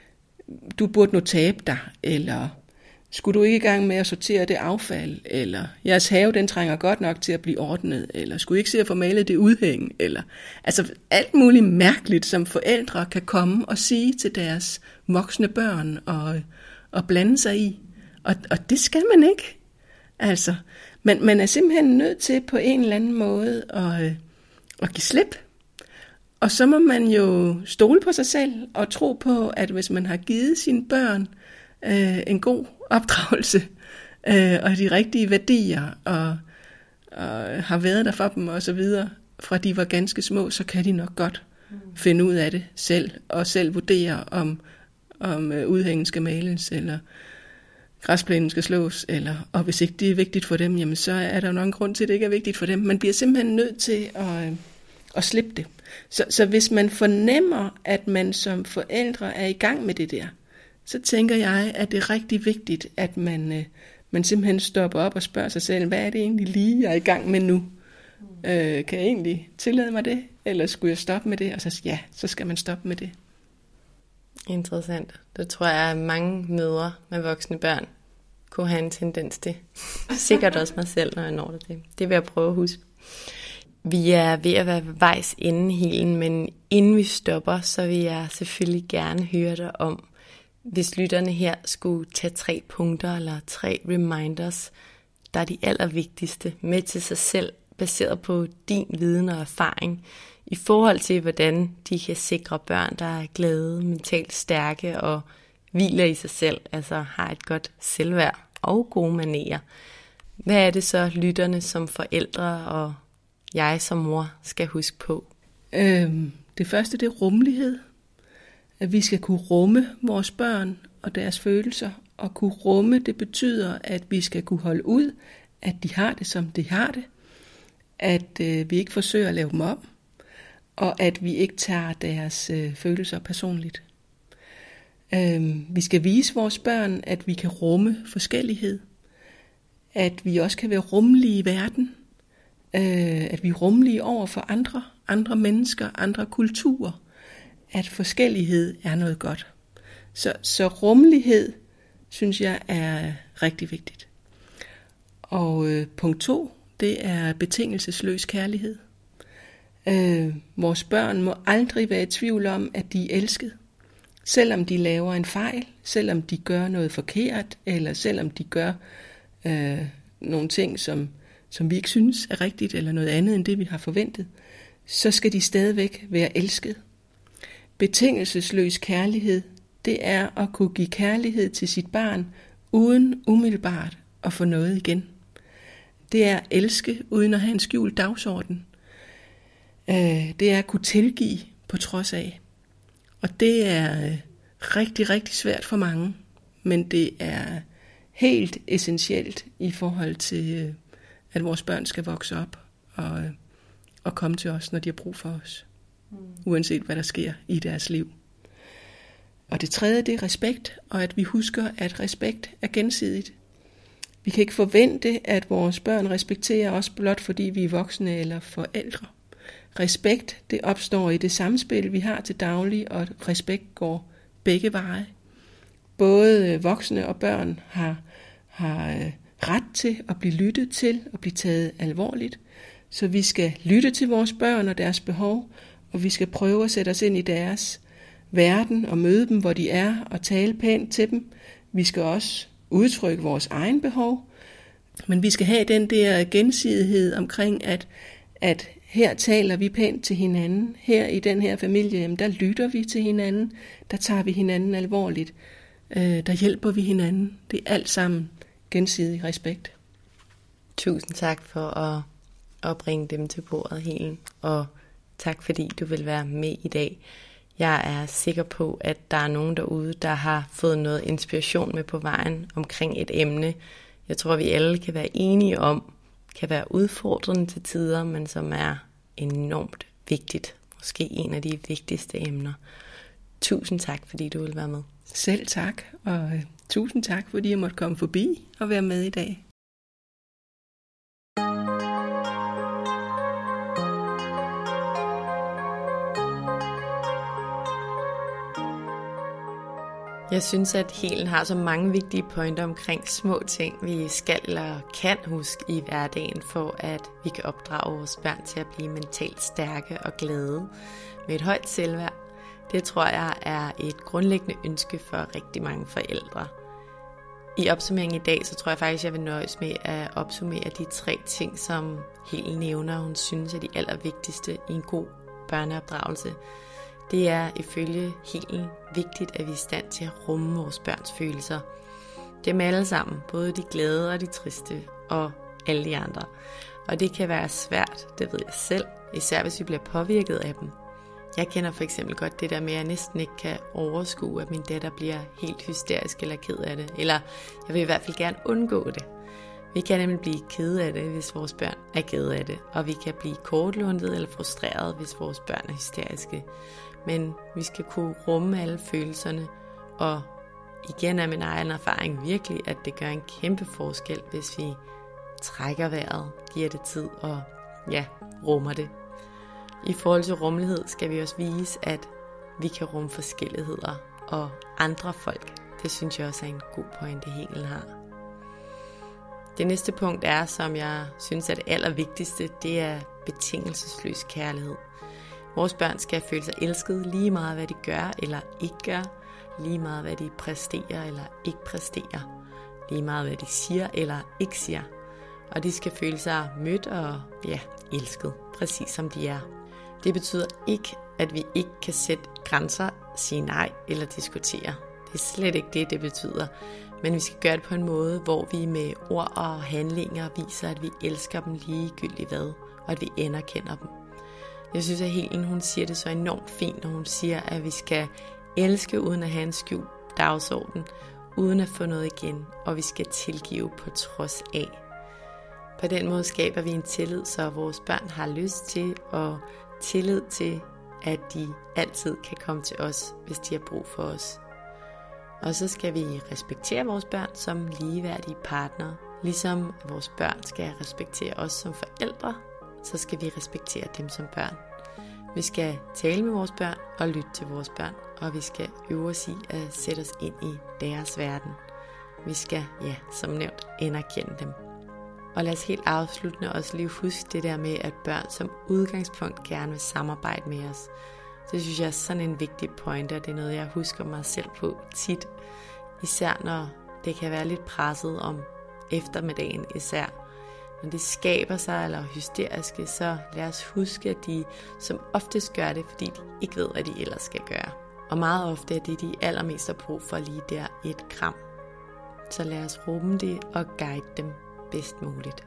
du burde nu tabe dig, eller skulle du ikke i gang med at sortere det affald, eller jeres have, den trænger godt nok til at blive ordnet, eller skulle I ikke se at få malet det udhæng, eller altså alt muligt mærkeligt, som forældre kan komme og sige til deres voksne børn og, og blande sig i. Og, og det skal man ikke. Altså, man, man er simpelthen nødt til på en eller anden måde at, at give slip. Og så må man jo stole på sig selv og tro på, at hvis man har givet sine børn øh, en god opdragelse øh, og de rigtige værdier og, og har været der for dem og så videre, fra de var ganske små, så kan de nok godt finde ud af det selv og selv vurdere om, om øh, udhængen skal males eller græsplænen skal slås, eller, og hvis ikke det er vigtigt for dem, jamen så er der jo nok en grund til, at det ikke er vigtigt for dem. Man bliver simpelthen nødt til at, øh, at slippe det. Så, så hvis man fornemmer, at man som forældre er i gang med det der, så tænker jeg, at det er rigtig vigtigt, at man, øh, man simpelthen stopper op og spørger sig selv, hvad er det egentlig lige, jeg er i gang med nu? Mm. Øh, kan jeg egentlig tillade mig det? Eller skulle jeg stoppe med det? Og så ja, så skal man stoppe med det. Interessant. Det tror jeg, at mange mødre med voksne børn kunne have en tendens til. Sikkert også mig selv, når jeg når det. Det, det vil jeg prøve at huske. Vi er ved at være ved vejs ende, Helen, men inden vi stopper, så vil jeg selvfølgelig gerne høre dig om, hvis lytterne her skulle tage tre punkter eller tre reminders, der er de allervigtigste med til sig selv, baseret på din viden og erfaring, i forhold til, hvordan de kan sikre børn, der er glade, mentalt stærke og hviler i sig selv, altså har et godt selvværd og gode manerer. Hvad er det så, lytterne som forældre og jeg som mor skal huske på? Øhm, det første, det er rummelighed. At vi skal kunne rumme vores børn og deres følelser. Og kunne rumme, det betyder, at vi skal kunne holde ud, at de har det, som de har det. At øh, vi ikke forsøger at lave dem om. Og at vi ikke tager deres øh, følelser personligt. Øhm, vi skal vise vores børn, at vi kan rumme forskellighed. At vi også kan være rummelige i verden. øh, at vi er rummelige over for andre, andre mennesker, andre kulturer, at forskellighed er noget godt. Så, så rummelighed, synes jeg, er rigtig vigtigt. Og øh, punkt to, det er betingelsesløs kærlighed. Øh, vores børn må aldrig være i tvivl om, at de er elsket. Selvom de laver en fejl, selvom de gør noget forkert, eller selvom de gør øh, nogle ting, som, som vi ikke synes er rigtigt, eller noget andet end det, vi har forventet, så skal de stadigvæk være elsket. Betingelsesløs kærlighed, det er at kunne give kærlighed til sit barn, uden umiddelbart at få noget igen. Det er at elske, uden at have en skjult dagsorden. Det er at kunne tilgive på trods af. Og det er rigtig, rigtig svært for mange, men det er helt essentielt i forhold til, at vores børn skal vokse op og, og komme til os, når de har brug for os. Mm. Uanset hvad der sker i deres liv. Og det tredje, det er respekt, og at vi husker, at respekt er gensidigt. Vi kan ikke forvente, at vores børn respekterer os blot fordi vi er voksne eller forældre. Respekt, det opstår i det samspil, vi har til daglig, og respekt går begge veje. Både voksne og børn har, har ret til at blive lyttet til og blive taget alvorligt. Så vi skal lytte til vores børn og deres behov, og vi skal prøve at sætte os ind i deres verden og møde dem, hvor de er, og tale pænt til dem. Vi skal også udtrykke vores egen behov, men vi skal have den der gensidighed omkring, at, at her taler vi pænt til hinanden. Her i den her familie, jamen, der lytter vi til hinanden. Der tager vi hinanden alvorligt. Øh, der hjælper vi hinanden. Det er alt sammen gensidig respekt. Tusind tak for at, at bringe dem til bordet, Helen. Og tak fordi du vil være med i dag. Jeg er sikker på, at der er nogen derude, der har fået noget inspiration med på vejen omkring et emne. Jeg tror, vi alle kan være enige om, kan være udfordrende til tider, men som er enormt vigtigt. Måske en af de vigtigste emner. Tusind tak, fordi du vil være med. Selv tak, og uh, tusind tak, fordi jeg måtte komme forbi og være med i dag. Jeg synes, at Helen har så mange vigtige pointer omkring små ting, vi skal eller kan huske i hverdagen, for at vi kan opdrage vores børn til at blive mentalt stærke og glade med et højt selvværd. Det tror jeg er et grundlæggende ønske for rigtig mange forældre. I opsummeringen i dag, så tror jeg faktisk, jeg vil nøjes med at opsummere de tre ting, som Helen nævner, hun synes er de allervigtigste i en god børneopdragelse. Det er ifølge Helen vigtigt, at vi er i stand til at rumme vores børns følelser. Dem alle sammen, både de glade og de triste og alle de andre. Og det kan være svært, det ved jeg selv, især hvis vi bliver påvirket af dem. Jeg kender for eksempel godt det der med, at jeg næsten ikke kan overskue, at min datter bliver helt hysterisk eller ked af det. Eller jeg vil i hvert fald gerne undgå det. Vi kan nemlig blive kede af det, hvis vores børn er kede af det. Og vi kan blive kortlundet eller frustreret, hvis vores børn er hysteriske. Men vi skal kunne rumme alle følelserne, og igen er min egen erfaring virkelig, at det gør en kæmpe forskel, hvis vi trækker vejret, giver det tid og ja, rummer det. I forhold til rummelighed skal vi også vise, at vi kan rumme forskelligheder og andre folk. Det synes jeg også er en god pointe, Helen har. Det næste punkt er, som jeg synes er det allervigtigste, det er betingelsesløs kærlighed. Vores børn skal føle sig elsket lige meget, hvad de gør eller ikke gør. Lige meget, hvad de præsterer eller ikke præsterer. Lige meget, hvad de siger eller ikke siger. Og de skal føle sig mødt og ja, elsket, præcis som de er. Det betyder ikke, at vi ikke kan sætte grænser, sige nej eller diskutere. Det er slet ikke det, det betyder. Men vi skal gøre det på en måde, hvor vi med ord og handlinger viser, at vi elsker dem ligegyldigt hvad, og at vi anerkender dem. Jeg synes, at Helen, hun siger det så enormt fint, når hun siger, at vi skal elske uden at have en skjult dagsorden, uden at få noget igen, og vi skal tilgive på trods af. På den måde skaber vi en tillid, så vores børn har lyst til og tillid til, at de altid kan komme til os, hvis de har brug for os. Og så skal vi respektere vores børn som ligeværdige partnere, ligesom vores børn skal respektere os som forældre så skal vi respektere dem som børn. Vi skal tale med vores børn og lytte til vores børn, og vi skal øve os i at sætte os ind i deres verden. Vi skal, ja, som nævnt, anerkende dem. Og lad os helt afsluttende også lige huske det der med, at børn som udgangspunkt gerne vil samarbejde med os. Det synes jeg er sådan en vigtig pointe, og det er noget, jeg husker mig selv på tit. Især når det kan være lidt presset om eftermiddagen især. Når de skaber sig eller er hysteriske, så lad os huske, at de som oftest gør det, fordi de ikke ved, hvad de ellers skal gøre. Og meget ofte er det, de allermest har brug for lige der et kram. Så lad os rumme det og guide dem bedst muligt.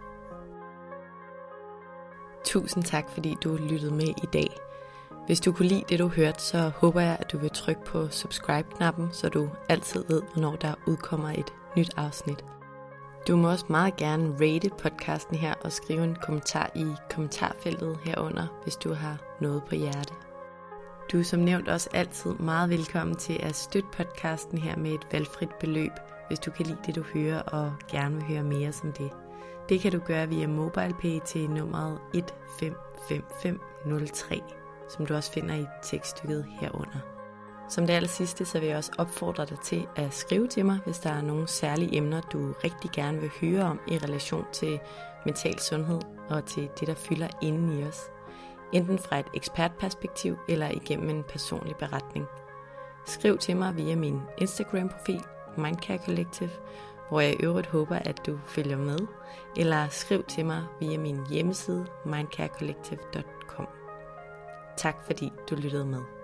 Tusind tak, fordi du lyttede med i dag. Hvis du kunne lide det, du hørte, så håber jeg, at du vil trykke på subscribe-knappen, så du altid ved, hvornår der udkommer et nyt afsnit. Du må også meget gerne rate podcasten her og skrive en kommentar i kommentarfeltet herunder, hvis du har noget på hjerte. Du er som nævnt også altid meget velkommen til at støtte podcasten her med et valgfrit beløb, hvis du kan lide det, du hører og gerne vil høre mere som det. Det kan du gøre via MobilePay til nummeret et fem fem fem nul tre, som du også finder i tekststykket herunder. Som det aller sidste, så vil jeg også opfordre dig til at skrive til mig, hvis der er nogle særlige emner, du rigtig gerne vil høre om i relation til mental sundhed og til det, der fylder inden i os. Enten fra et ekspertperspektiv eller igennem en personlig beretning. Skriv til mig via min Instagram-profil, Mindcare Collective, hvor jeg i øvrigt håber, at du følger med, eller skriv til mig via min hjemmeside mindcarecollective punktum com. Tak fordi du lyttede med.